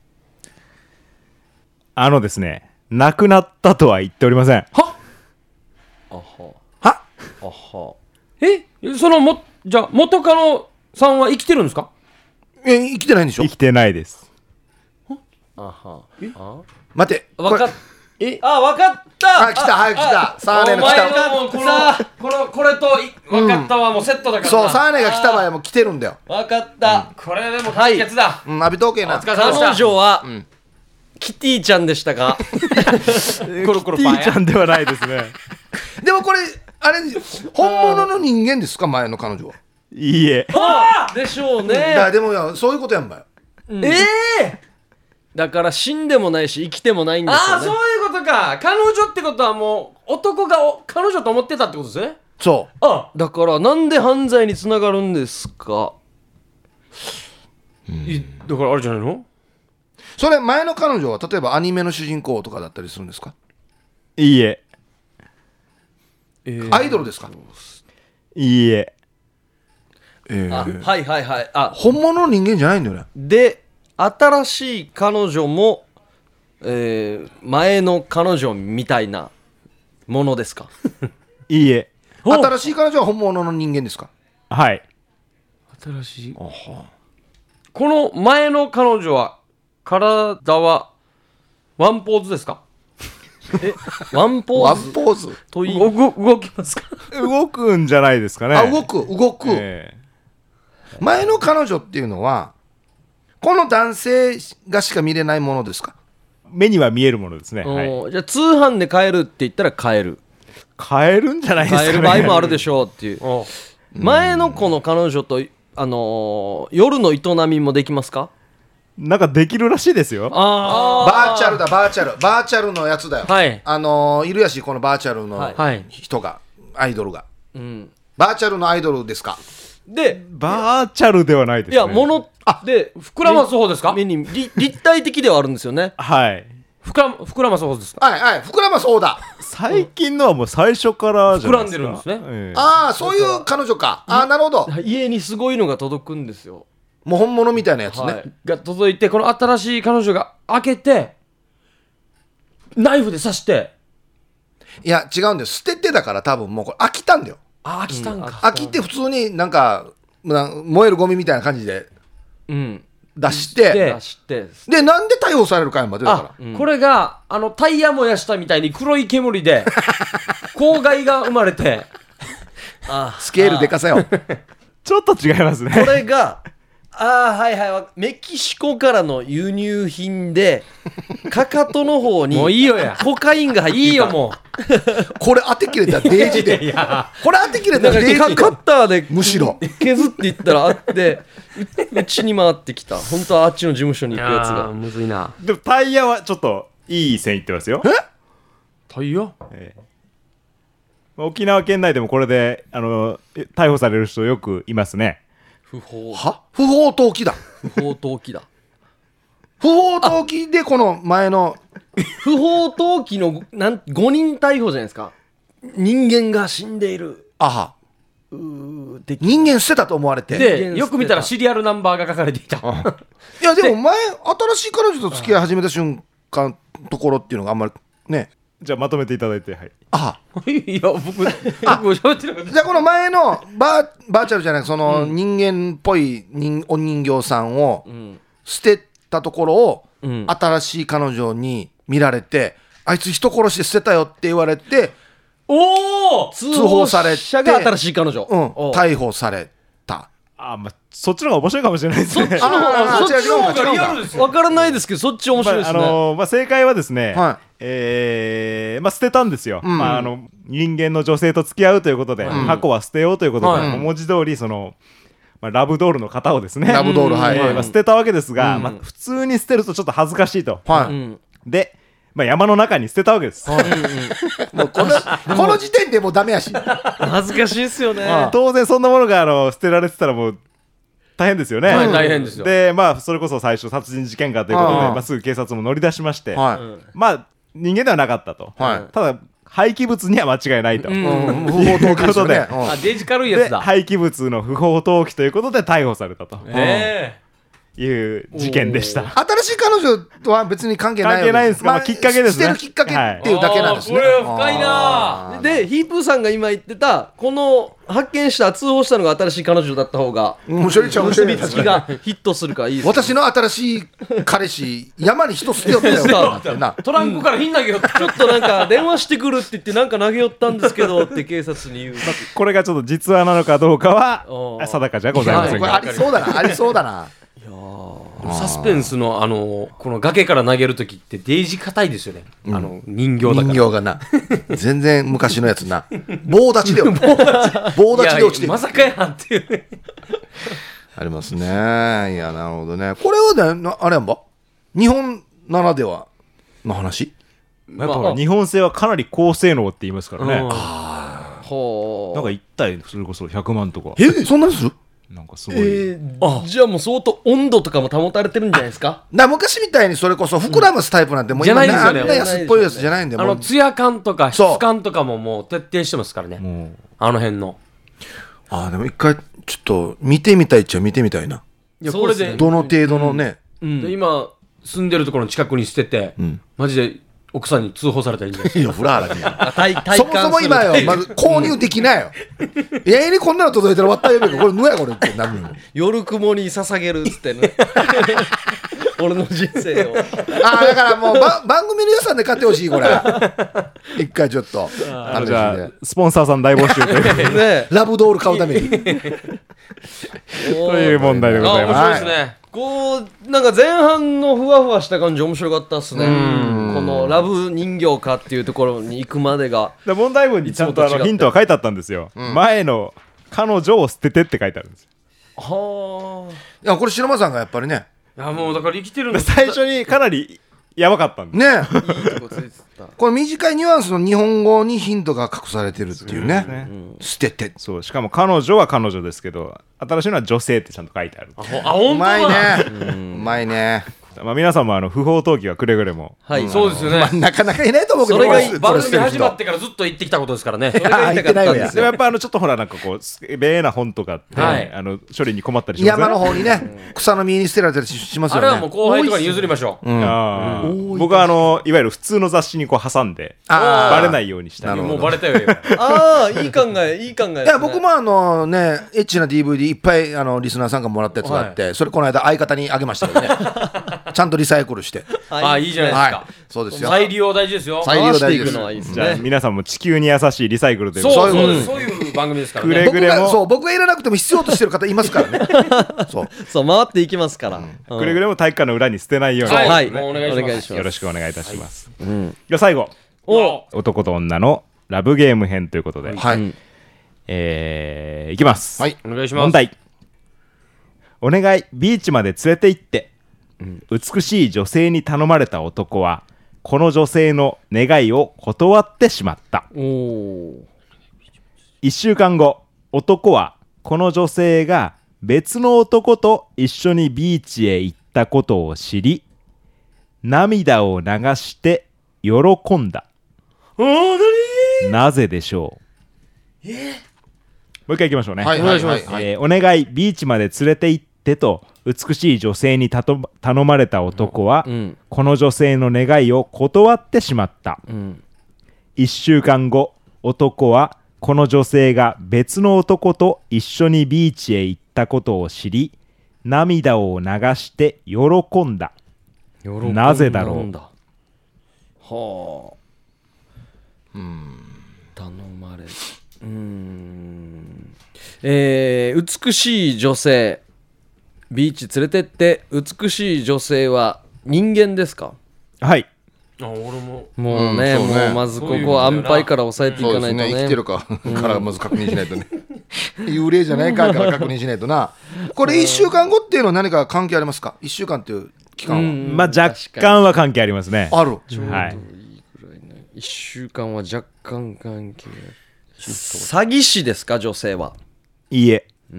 あのですね、亡くなったとは言っておりません。はあははあはえそのもじゃあ元カノさんは生きてるんですか。 え生きてないんでしょ。 生きてないです。 あはあ待てわかっえあわかったあ来たはい来たサーネの来た。 もうこのこのこれと分かったわ、うん、もうセットだから。 そうサーネが来た場合はもう来てるんだよ。 わかった、 うん、これでも解決だ。 はい、うん、浴びとけな。 お疲れ様でした。 彼女は、 うん、 キティちゃんでしたか。 コロコロキティちゃんではないですね。 でもこれあれ本物の人間ですか前の彼女は。 いいえ。 あでしょうね。 だでもやそういうことやんばよ、 うん、ええーだから死んでもないし生きてもないんですよね。 ああそういうことか。彼女ってことはもう男が彼女と思ってたってことですね。 そうあだからなんで犯罪につながるんですか。 うんだからあれじゃないの。 それ前の彼女は例えばアニメの主人公とかだったりするんですか。 いいえ。 えー、アイドルですか。 いいえ。 えー、 あはいはいはい。あ本物の人間じゃないんだよね。 で新しい彼女も、えー、前の彼女みたいなものですか。 いいえ。 新しい彼女は本物の人間ですか。 はい。 新しい。この前の彼女は体はワンポーズですか？ え、ワンポーズワンポーズといい動動きますか？ 動くんじゃないですかね。 あ、動く動く、えー、前の彼女っていうのはこの男性がしか見れないものですか？ 目には見えるものですね、はい、じゃあ通販で買えるって言ったら買える買えるんじゃないですかね。 買える場合もあるでしょうっていう前の子の彼女と、あのー、夜の営みもできますか？ なんかできるらしいですよ。 あバーチャルだバーチャルバーチャルのやつだよ、 はい、 あのー、いるやしこのバーチャルの人が、はい、アイドルが、うん、バーチャルのアイドルですか？ でバーチャルではないですね。 いやもので膨らます方ですか？ 目に立体的ではあるんですよね。 はい膨ら膨らます方ですか？ はいはい膨らます方だ。 最近のはもう最初からじゃないですか。 膨らんでるんですね、 えー、 ああそういう彼女か。ああなるほど。 家にすごいのが届くんですよ。 もう本物みたいなやつね、はい、 が届いてこの新しい彼女が開けてナイフで刺して。 いや違うんだよ捨ててだから多分もうこれ飽きたんだよ。 あ飽きたんか、うん、 飽きて普通になんか燃えるゴミみたいな感じで出して、うん、出してでなんで逮捕されるかやまでだから、 うん、これがあのタイヤ燃やしたみたいに黒い煙で公害が生まれてあスケールでかさよちょっと違いますね。 これがああはいはいメキシコからの輸入品でかかとの方にもういいよやコカインが入っていた。いいよもうこれ当て切れたらデージでいやこれ当て切れたらデージでカッターでむしろ削っていったらあってうちに回ってきた。本当はあっちの事務所に行くやつがむずいな。 でもタイヤはちょっといい線いってますよ。 えタイヤ、 えー、沖縄県内でもこれであの逮捕される人よくいますね。 不法は不法投棄だ不法投棄だ不法投棄でこの前の不法投棄のなんごにん逮捕じゃないですか。人間が死んでいる。 あはう人間捨てたと思われてでよく見たらシリアルナンバーが書かれていたいやでも前新しい彼女と付き合い始めた瞬間ところっていうのがあんまりね。 じゃあまとめていただいて。はい。 あいや僕僕喋ってなかった。 じゃあこの前のバー、バーチャルじゃないその人間っぽい人お人形さんを捨てたところを新しい彼女に見られて、あいつ人殺して捨てたよって言われてお通報されて者が新しい彼女、 うん、逮捕された。 あ、まあ、そっちの方が面白いかもしれないですね。 そっちの方がそっちの方がリアルですよ。分からないですけどそっち面白いですね。 まああのーまあ、正解はですね、はい、えーまあ、捨てたんですよ、うんまあ、あの人間の女性と付き合うということで、うん、過去は捨てようということで、うん、文字通りその、まあ、ラブドールの型をですねラブドール、はいえーまあ、捨てたわけですが、うんまあ、普通に捨てるとちょっと恥ずかしいと、 はいうん、 でまあ、山の中に捨てたわけです、はいうん、もうこのこの時点でもうダメやし恥ずかしいですよね。 当然そんなものがあの捨てられてたらもう大変ですよね、 はい、大変ですよ。 でまあそれこそ最初殺人事件かということで、まあ、すぐ警察も乗り出しまして、はい、まあ人間ではなかったと、はい、ただ廃棄物には間違いないと、うん、 不法投棄ですよね。 あデジ軽いやつだ。 廃棄物の不法投棄ということで逮捕されたと、 えーいう事件でした。 新しい彼女とは別に関係ない関係ないですか、まあ、きっかけですね。 捨てるきっかけっていうだけなんですね、 はい、これ深いな。 でヒープーさんが今言ってたこの発見した通報したのが新しい彼女だった方が面白いっちゃ面白い結びつきがヒットするからいいです、ね、 私の新しい彼氏山に人捨てよったよってなトランクから火投げよった、 うん、ちょっとなんか電話してくるって言ってなんか投げよったんですけどって警察に言う、まあ、 これがちょっと実話なのかどうかは定かじゃございませんが、 ありそうだなありそうだな。 いやサスペンスのあのこの崖から投げるときってデージ硬いですよね、うん、あの人形だから人形がな全然昔のやつな棒立ちでよ棒立ちで落ちてるまさかやんっていうありますね。いやなるほどね。これはねあれやんば日本ならではの話、 やっぱ日本製はかなり高性能って言いますからね、うん、 ああなんか一体それこそひゃくまんとかえそんなにするなんかすごい、 えー、あじゃあもう相当温度とかも保たれてるんじゃないですか。 だ昔みたいにそれこそ膨らますタイプなんてもう今、 うん、 あんな安っぽいやつじゃないんで、 あのツヤ感とか質感とかももう徹底してますからね、もうあの辺の。 あでも一回ちょっと見てみたいっちゃ見てみたいな。 いやこれでどの程度のね、 うんうん、で今住んでるところの近くに捨てて、うん、マジで奥さんに通報されたらいいんじゃないですか。 いやフラーラに体体そもそも今よまず購入できないよいやにこんなの届いたら割ったらこれぬやこれってなるの夜雲に捧げるっつってね俺の人生をああだからもうば番組の予算で買ってほしいこれ一回ちょっとあのじゃあスポンサーさん大募集というねラブドール買うためにという問題でございます。 あ、面白いですね。 こうなんか前半のふわふわした感じ面白かったっすね。このラブ人形かっていうところに行くまでがで問題文にちゃんとあのヒントは書いてあったんですよ、うん、前の彼女を捨ててって書いてあるんですよ。 はあ。 いやこれ白間さんがやっぱりねいやもうだから生きてるんです最初にかなりやばかったんですねいいとこついてたこの短いニュアンスの日本語にヒントが隠されてるっていうね、 ねうん、捨ててそうしかも彼女は彼女ですけど新しいのは女性ってちゃんと書いてある。 ああ本当だ。 うまいねうまいね。 まあ、皆さんもあの不法投棄はくれぐれも、 はい、 うん、そうですよね、 まあ、なかなかいないと思うけどそれがいい番組始まってからずっと言ってきたことですからね。それが言いたかったんですでもやっぱあのちょっとほらなんかこうべーな本とかって、 はい、 あの処理に困ったりしますね。 山の方にね草の実に捨てられたり し, しますよね。 あれはもう後輩とかに譲りましょう。 うん、あ僕はあのいわゆる普通の雑誌にこう挟んでバレないようにしたり。 もうバレたよああいい考えいい考え、ね、 いや僕もあのねエッチな ディーブイディー いっぱいあのリスナーさんがもらったやつがあって、はい、それこの間相方にあげましたけどねちゃんとリサイクルして、 ああいいじゃないですか、 はい、そうですよ。 再利用大事ですよ。 再利用大事です。 のはいいですね。 じゃあ皆さんも地球に優しいリサイクルというそうそういうそういう番組ですからね。くれぐれも僕がそう僕がいらなくても必要としてる方いますからねそうそう回っていきますから、 うん、くれぐれも体育館の裏に捨てないように、 はい、 はい、 もうお願いします。 よろしくお願いいたします、 はい、うん、 じゃあ最後お男と女のラブゲーム編ということで、 はい、 えー、いきます。 はい、 お願いします。 問題。お願いビーチまで連れて行って、うん、美しい女性に頼まれた男はこの女性の願いを断ってしまった。 おいっしゅうかんご、男はこの女性が別の男と一緒にビーチへ行ったことを知り、涙を流して喜んだ。 おー、何？ なぜでしょう。 えー、 もう一回いきましょうね。 はい、 お願いします。 えー、お願いビーチまで連れて行ってと美しい女性にたと頼まれた男は、うん、この女性の願いを断ってしまった、うん、いっしゅうかんご、男はこの女性が別の男と一緒にビーチへ行ったことを知り、涙を流して喜んだ。なぜだろう。 はあ、うん、頼まれ、うーん、えー、美しい女性ビーチ連れてって、美しい女性は人間ですか？ はい。 あ、俺ももうね、うん、うねもうまずここは安牌から抑えていかないとね。 そうですね、生きてるかからまず確認しないとね幽霊じゃないかから確認しないとな。これいっしゅうかんごっていうのは何か関係ありますか？いっしゅうかんっていう期間は、うん、 まあ若干は関係ありますね。 ある、 はい、 いいぐらいね、いっしゅうかんは若干関係。詐欺師ですか？女性は。 いいえ、 うん、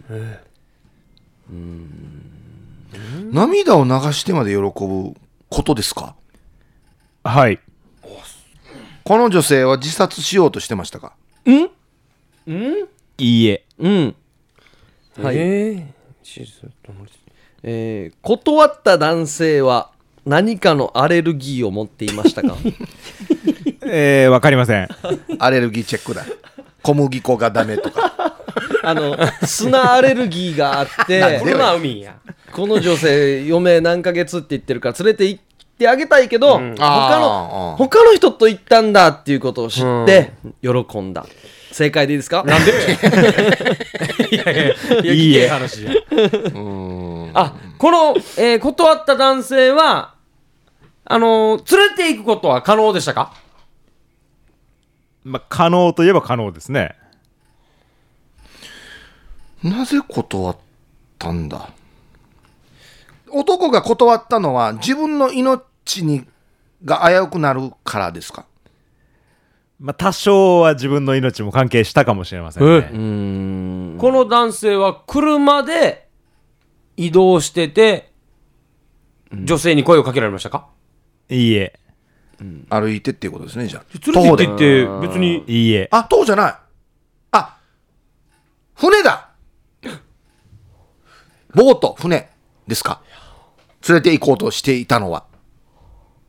えーうーん、涙を流してまで喜ぶことですか？ はい。 この女性は自殺しようとしてましたか？ ん？ん？ いいえ。 うん。はい。えーえー、断った男性は何かのアレルギーを持っていましたか？ えー、わかりません。 アレルギーチェックだ。小麦粉がダメとかあの砂アレルギーがあってこれは海や、 この女性余命何ヶ月って言ってるから連れて行ってあげたいけど、うん、他の他の人と行ったんだっていうことを知って喜んだ、うん、正解でいいですか？ なんでいやいやいや、いいえ話やあ、この、えー、断った男性はあのー、連れて行くことは可能でしたか？ まあ、可能といえば可能ですね。 なぜ断ったんだ？男が断ったのは自分の命にが危うくなるからですか？ まあ、多少は自分の命も関係したかもしれませんね。うーん、この男性は車で移動してて、女性に声をかけられましたか？ いいえ。 うん、歩いてっていうことですね。じゃあ連れて行って別にいいえ。 あ、徒歩じゃない。あ、船だ。ボート、船ですか？連れて行こうとしていたのは。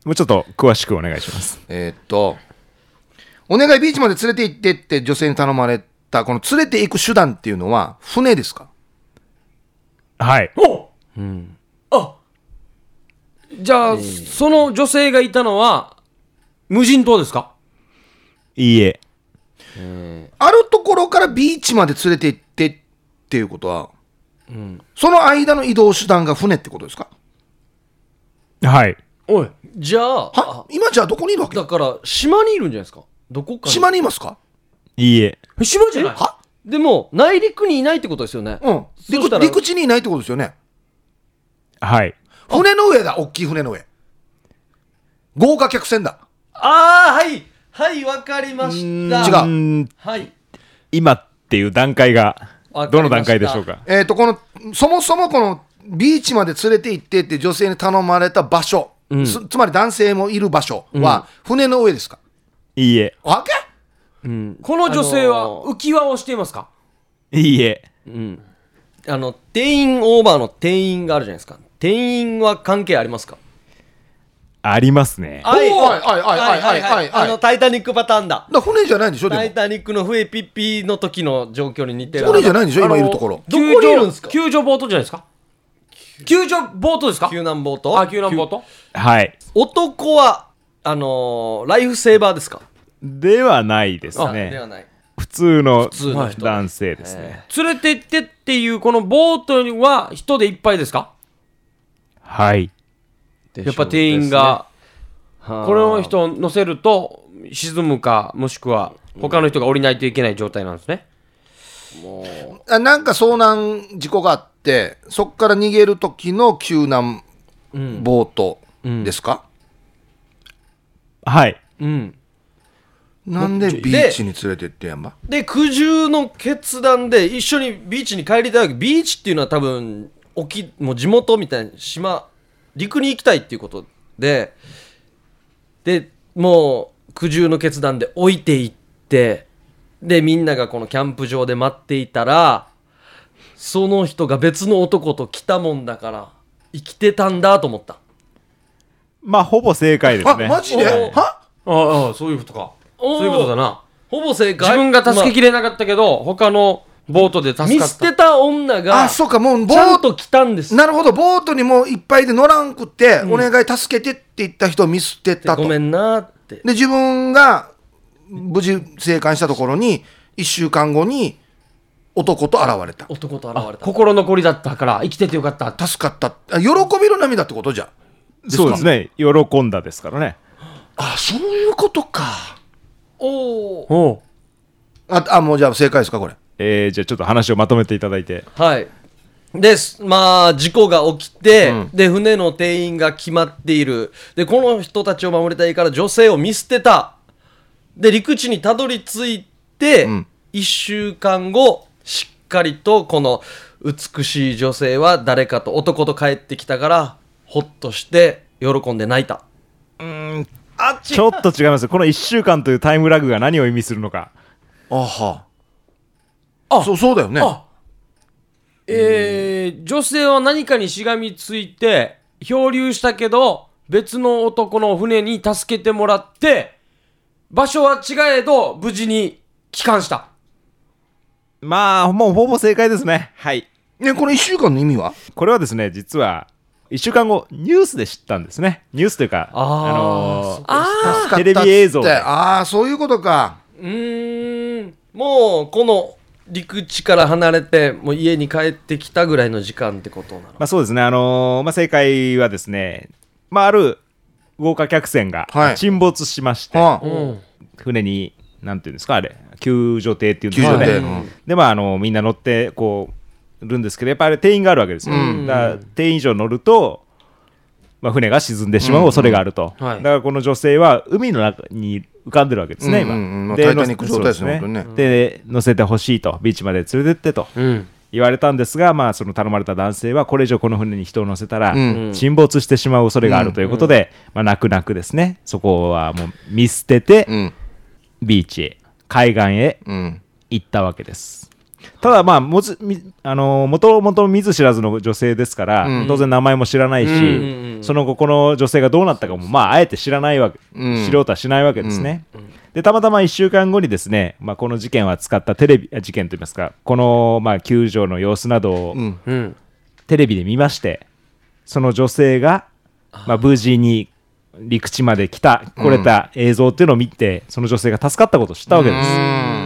もうちょっと詳しくお願いします。 えー、っとお願いビーチまで連れて行ってって女性に頼まれたこの連れて行く手段っていうのは船ですか？ はい。 お、うん、あ、じゃあ、えー、その女性がいたのは無人島ですか？ いいえ。 えー、あるところからビーチまで連れて行ってっていうことは、うん、その間の移動手段が船ってことですか？ はい。 おい、じゃあは今じゃあどこにいるわけ？ だから島にいるんじゃないですか？どこかに島にいますか？ いいえ。 島じゃない？ はでも内陸にいないってことですよね。 うん、陸, 陸地にいないってことですよね。 はい。 船の上だ、大きい船の上。豪華客船だ。 ああ、はいはいわかりました。 違う。はい。今っていう段階がどの段階でしょうか？ えっとこのそもそもこのビーチまで連れて行ってって女性に頼まれた場所、うん、つ, つまり男性もいる場所は船の上ですか？ うん、いいえ。 わけ？ うん、この女性は浮き輪をしていますか？ いいえ。 うん、あの定員オーバーの定員があるじゃないですか。定員は関係ありますか？ ありますね。 はいはいはいはいはいはい。 あのタイタニックパターンだ。 だ船じゃないんでしょ？でもタイタニックの笛ピッピの時の状況に似てる。 船じゃないんでしょ？今いるところ。 どこにいるんですか？ 救助ボートじゃないですか？救助ボートですか？ 救難ボート。 あ、救難ボート。 はい。 男はあのー、ライフセーバーですか？ ではないですね。 ではない。 普通の男性ですね。 連れて行ってっていうこのボートは人でいっぱいですか？ はい。 やっぱ定員が、この人を乗せると沈むか、もしくは他の人が降りないといけない状態なんですね。 もうなんか遭難事故があってそこから逃げる時の救難ボートですか？ うん、はい。 うん。 なんでビーチに連れてってやんばで苦渋の決断で一緒にビーチに帰りたいわけ。ビーチっていうのは多分沖もう地元みたいな島陸に行きたいっていうことででもう苦渋の決断で置いていってでみんながこのキャンプ場で待っていたらその人が別の男と来たもんだから生きてたんだと思った。 まあほぼ正解ですね。 あマジで？はああそういうことか。そういうことだな。 ほぼ正解。 自分が助けきれなかったけど、まあ、他のボートで助かった。 見捨てた女があそうかもうちゃんと来たんです。 なるほど。ボートにもいっぱいで乗らんくって、うん、お願い助けてって言った人を見捨てたと。 ごめんなって。 で自分が無事生還したところにいっしゅうかんごに男と現れた。 男と現れた。 心残りだったから生きててよかった。 助かった。喜びの涙ってことじゃ。 そうですね。喜んだですからね。 あそういうことか。 おお。 ああもうじゃあ正解ですかこれ。 えー、じゃあちょっと話をまとめていただいて。 はいですまあ事故が起きて、うん、で船の定員が決まっている。でこの人たちを守りたいから女性を見捨てた。で陸地にたどり着いて、うん、いっしゅうかんごしっかりとこの美しい女性は誰かと男と帰ってきたからほっとして喜んで泣いた。 うーんあちょっと違います。このいっしゅうかんというタイムラグが何を意味するのか。 あはあそうそうだよね。あえー、女性は何かにしがみついて漂流したけど別の男の船に助けてもらって場所は違えど無事に帰還した。 まあもうほぼ正解ですね。はいね。このいっしゅうかんの意味は？ これはですね実はいっしゅうかんごニュースで知ったんですね。ニュースというかあ、 あのー、 あテレビ映像で。 ああそういうことか。 うーんもうこの陸地から離れてもう家に帰ってきたぐらいの時間ってことなの？ まあそうですね。あのーまあ、正解はですね、まあ、ある豪華客船が沈没しまして、はい、船になんていうんですかあれ救助艇っていうんですかね、うん、でまああのみんな乗ってこうるんですけどやっぱり定員があるわけですよ、うん、だから定員以上乗ると、まあ、船が沈んでしまう恐れがあると、うんうんはい、だからこの女性は海の中に浮かんでるわけですね、うんうんうん、今でタイタニック状態ですね。で、で乗せてほしいとビーチまで連れてってと、うん言われたんですが、まあ、その頼まれた男性はこれ以上この船に人を乗せたら沈没してしまう恐れがあるということで、まあ、泣く泣くですねそこはもう見捨ててビーチへ海岸へ行ったわけです。 ただまあもつみあの元々見ず知らずの女性ですから、うん、当然名前も知らないし、うん、その後この女性がどうなったかもまああえて知らないわけ、うん、知ろうとはしないわけですね、うんうん、でたまたまいっしゅうかんごにですね、まあ、この事件を扱ったテレビ事件といいますかこのまあ救助の様子などを、うんうん、テレビで見まして、その女性がまあ無事に陸地まで来た来れた映像っていうのを見て、うん、その女性が助かったことを知ったわけです。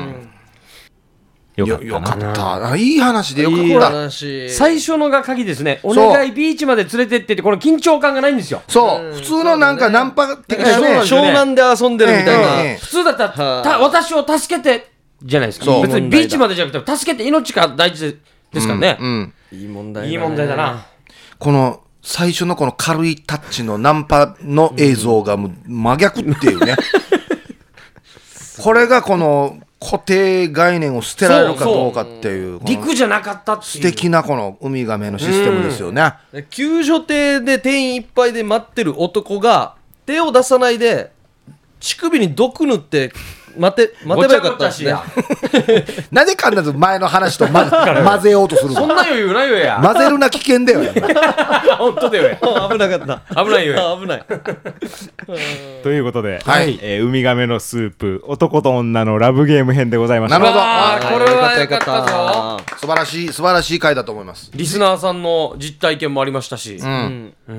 よかったな。よかった。いい話でよかった。 いい話。 最初のが鍵ですね。お願いビーチまで連れてってって、この緊張感がないんですよ。 そう。うん、普通のなんかナンパ的なね、 湘南で遊んでるみたいな。 えーえー、普通だったら、た私を助けてじゃないですか。別にビーチまでじゃなくて、助けて命が大事ですからね。 うんうん、 いい問題だね。 いい問題だな。 この最初のこの軽いタッチのナンパの映像がもう真逆っていうね。これがこの固定概念を捨てられるかどうかっていう、 陸じゃなかったっていう素敵なこのウミガメのシステムですよね。 救助艇で定員いっぱいで待ってる男が手を出さないで乳首に毒塗って待て待てばよかったですね。 なんでかんなず前の話と、ま、混ぜようとするの。 そんな余裕ないよや。 混ぜるな危険だよや。 本当だよや。 危なかった。 危ないよや。 危ない。 ということで、 はい、 えー、ウミガメのスープ男と女のラブゲーム編でございました。 なるほど。 あーこれはよかったぞ。素晴らしい素晴らしい回だと思います。 リスナーさんの実体験もありましたし、 うんうん、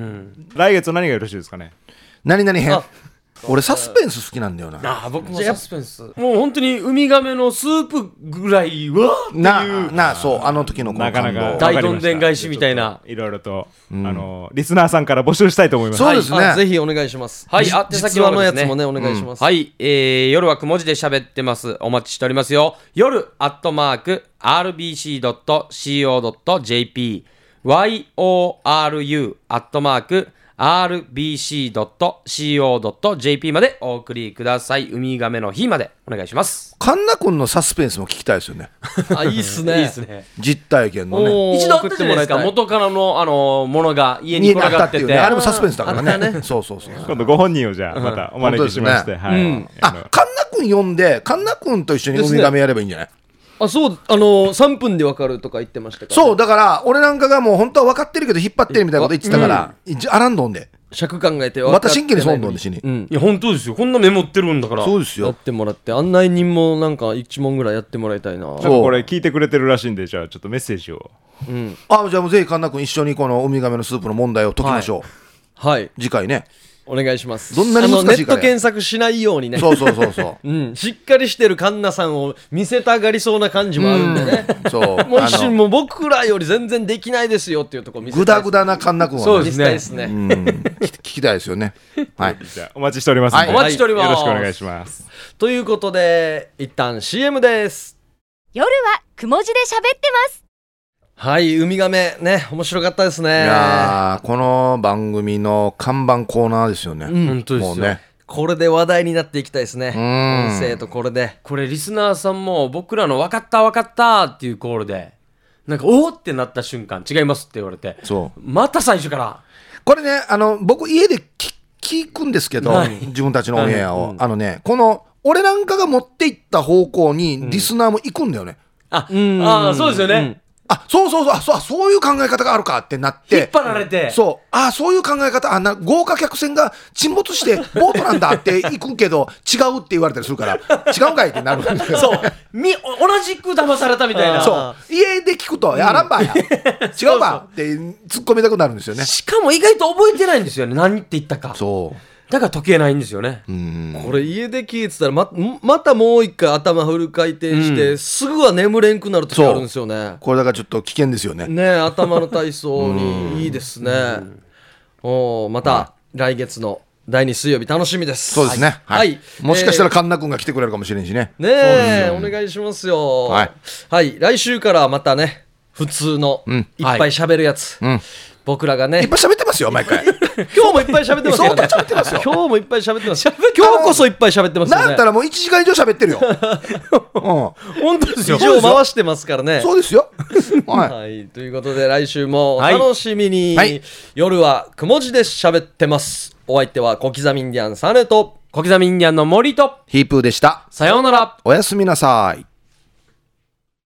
来月何がよろしいですかね。 何々編。俺サスペンス好きなんだよな。 ああ僕もサスペンス。もう本当にウミガメのスープぐらいはっていうななそうあの時のこのなかなか大どんでん返しみたいな、 いろいろと、うん、あのリスナーさんから募集したいと思います。 そうですね、 はい、ぜひお願いします。 はい、 あ実話のやつもねお願いします。 うん、はい、えー、夜はく文字で喋ってます。お待ちしておりますよ。夜アットマーク アールビーシードットシーオードットジェーピー ワイオーアールユー アットマークアールビーシードットシーオードットジェーピー までお送りください。ウミガメの日までお願いします。 カンナ君のサスペンスも聞きたいですよね。 あ、いいっすね。 いいっすね。 実体験のね。 一度あったじゃないですか。元からのあのものが家に転がってて、 ね、あれもサスペンスだからね。そうそうそう。 今度ご本人をじゃあまたお招きしまして、ね、はい。うん、 あ、カンナ君呼んでカンナ君と一緒にウミガメやればいいんじゃない？ あ、そう、あのー、さんぷんで分かるとか言ってましたから、ね、 そうだから俺なんかがもう本当は分かってるけど引っ張ってるみたいなこと言ってたから、うん、あらんどんで尺考えてまた真剣にそうどんでしに、 うん、いや本当ですよ。こんなメモってるんだから。 そうですよ。 やってもらって案内人もなんかいち問ぐらいやってもらいたいな。 なんかこれ聞いてくれてるらしいんで、じゃあちょっとメッセージを、 うん、あじゃあもうぜひ神田君一緒にこのウミガメのスープの問題を解きましょう。 はい、はい、 次回ねお願いします。 どんなに難しいか、ね、 ネット検索しないようにね。 そうそうそうそう、 うん、しっかりしてるカンナさんを見せたがりそうな感じもあるんでね。 うそうもう一瞬もう僕らより全然できないですよっていうところ見せたい、 グダグダなカンナ君は、ね、 そうですね。 ですね。 うん、聞きたいですよね。はい。 じゃあお待ちしておりますので、 はい、お待ちしております。 よろしくお願いします。 ということで一旦 シーエム です。 夜はくも字で喋ってます。 はい、ウミガメね、面白かったですね。 いやこの番組の看板コーナーですよね。 うん、本当ですよ。 もうね、 これで話題になっていきたいですね。音声とこれで。 これリスナーさんも僕らの分かった分かったっていうコールで、なんかおーってなった瞬間、違いますって言われて、 そうまた最初から。 これね、あの僕家で聞聞くんですけど、はい、自分たちのオンエアを、はい、あのね、この俺なんかが持っていった方向にリスナーも行くんだよね。 うん、あ、うんあそうですよね。うんあ、そうそうそう、あ、そう、そういう考え方があるかってなって、 引っ張られて、 そう、あ、そういう考え方、あんな豪華客船が沈没してボートなんだって行くけど違うって言われたりするから違うんかいってなるんだけど、 そうみ同じく騙されたみたいな。 そう家で聞くと、うん、やらんばや違うばって突っ込みたくなるんですよね。 しかも意外と覚えてないんですよね、何って言ったか。 そうだから解けないんですよね。 うんこれ家で聞いてたら ま, またもう一回頭フル回転して、うん、すぐは眠れんくなる時あるんですよね。 これだからちょっと危険ですよね。 ね頭の体操にいいですね。おまた来月のだいに水曜日楽しみです。 そうですね、はい、はい、もしかしたら神田君が来てくれるかもしれんしね。 ねえ、お願いしますよ。はい、はい、来週からまたね普通のいっぱい喋るやつ、うん、僕らがねいっぱい喋ってますよ毎回今日もいっぱい喋ってますよね。 喋ってますよ。 今日もいっぱい喋ってます。今日こそいっぱい喋ってますよね。 なんたらもういちじかん以上喋ってるよ。うん、 本当ですよ。 以上回してますからね。 そうですよ。 はい、はい、ということで来週もお楽しみに。はい、夜はくも字で喋ってます。お相手は小刻みインディアンサネと小刻みインディアンの森とヒープーでした。 さようなら。 おやすみなさい。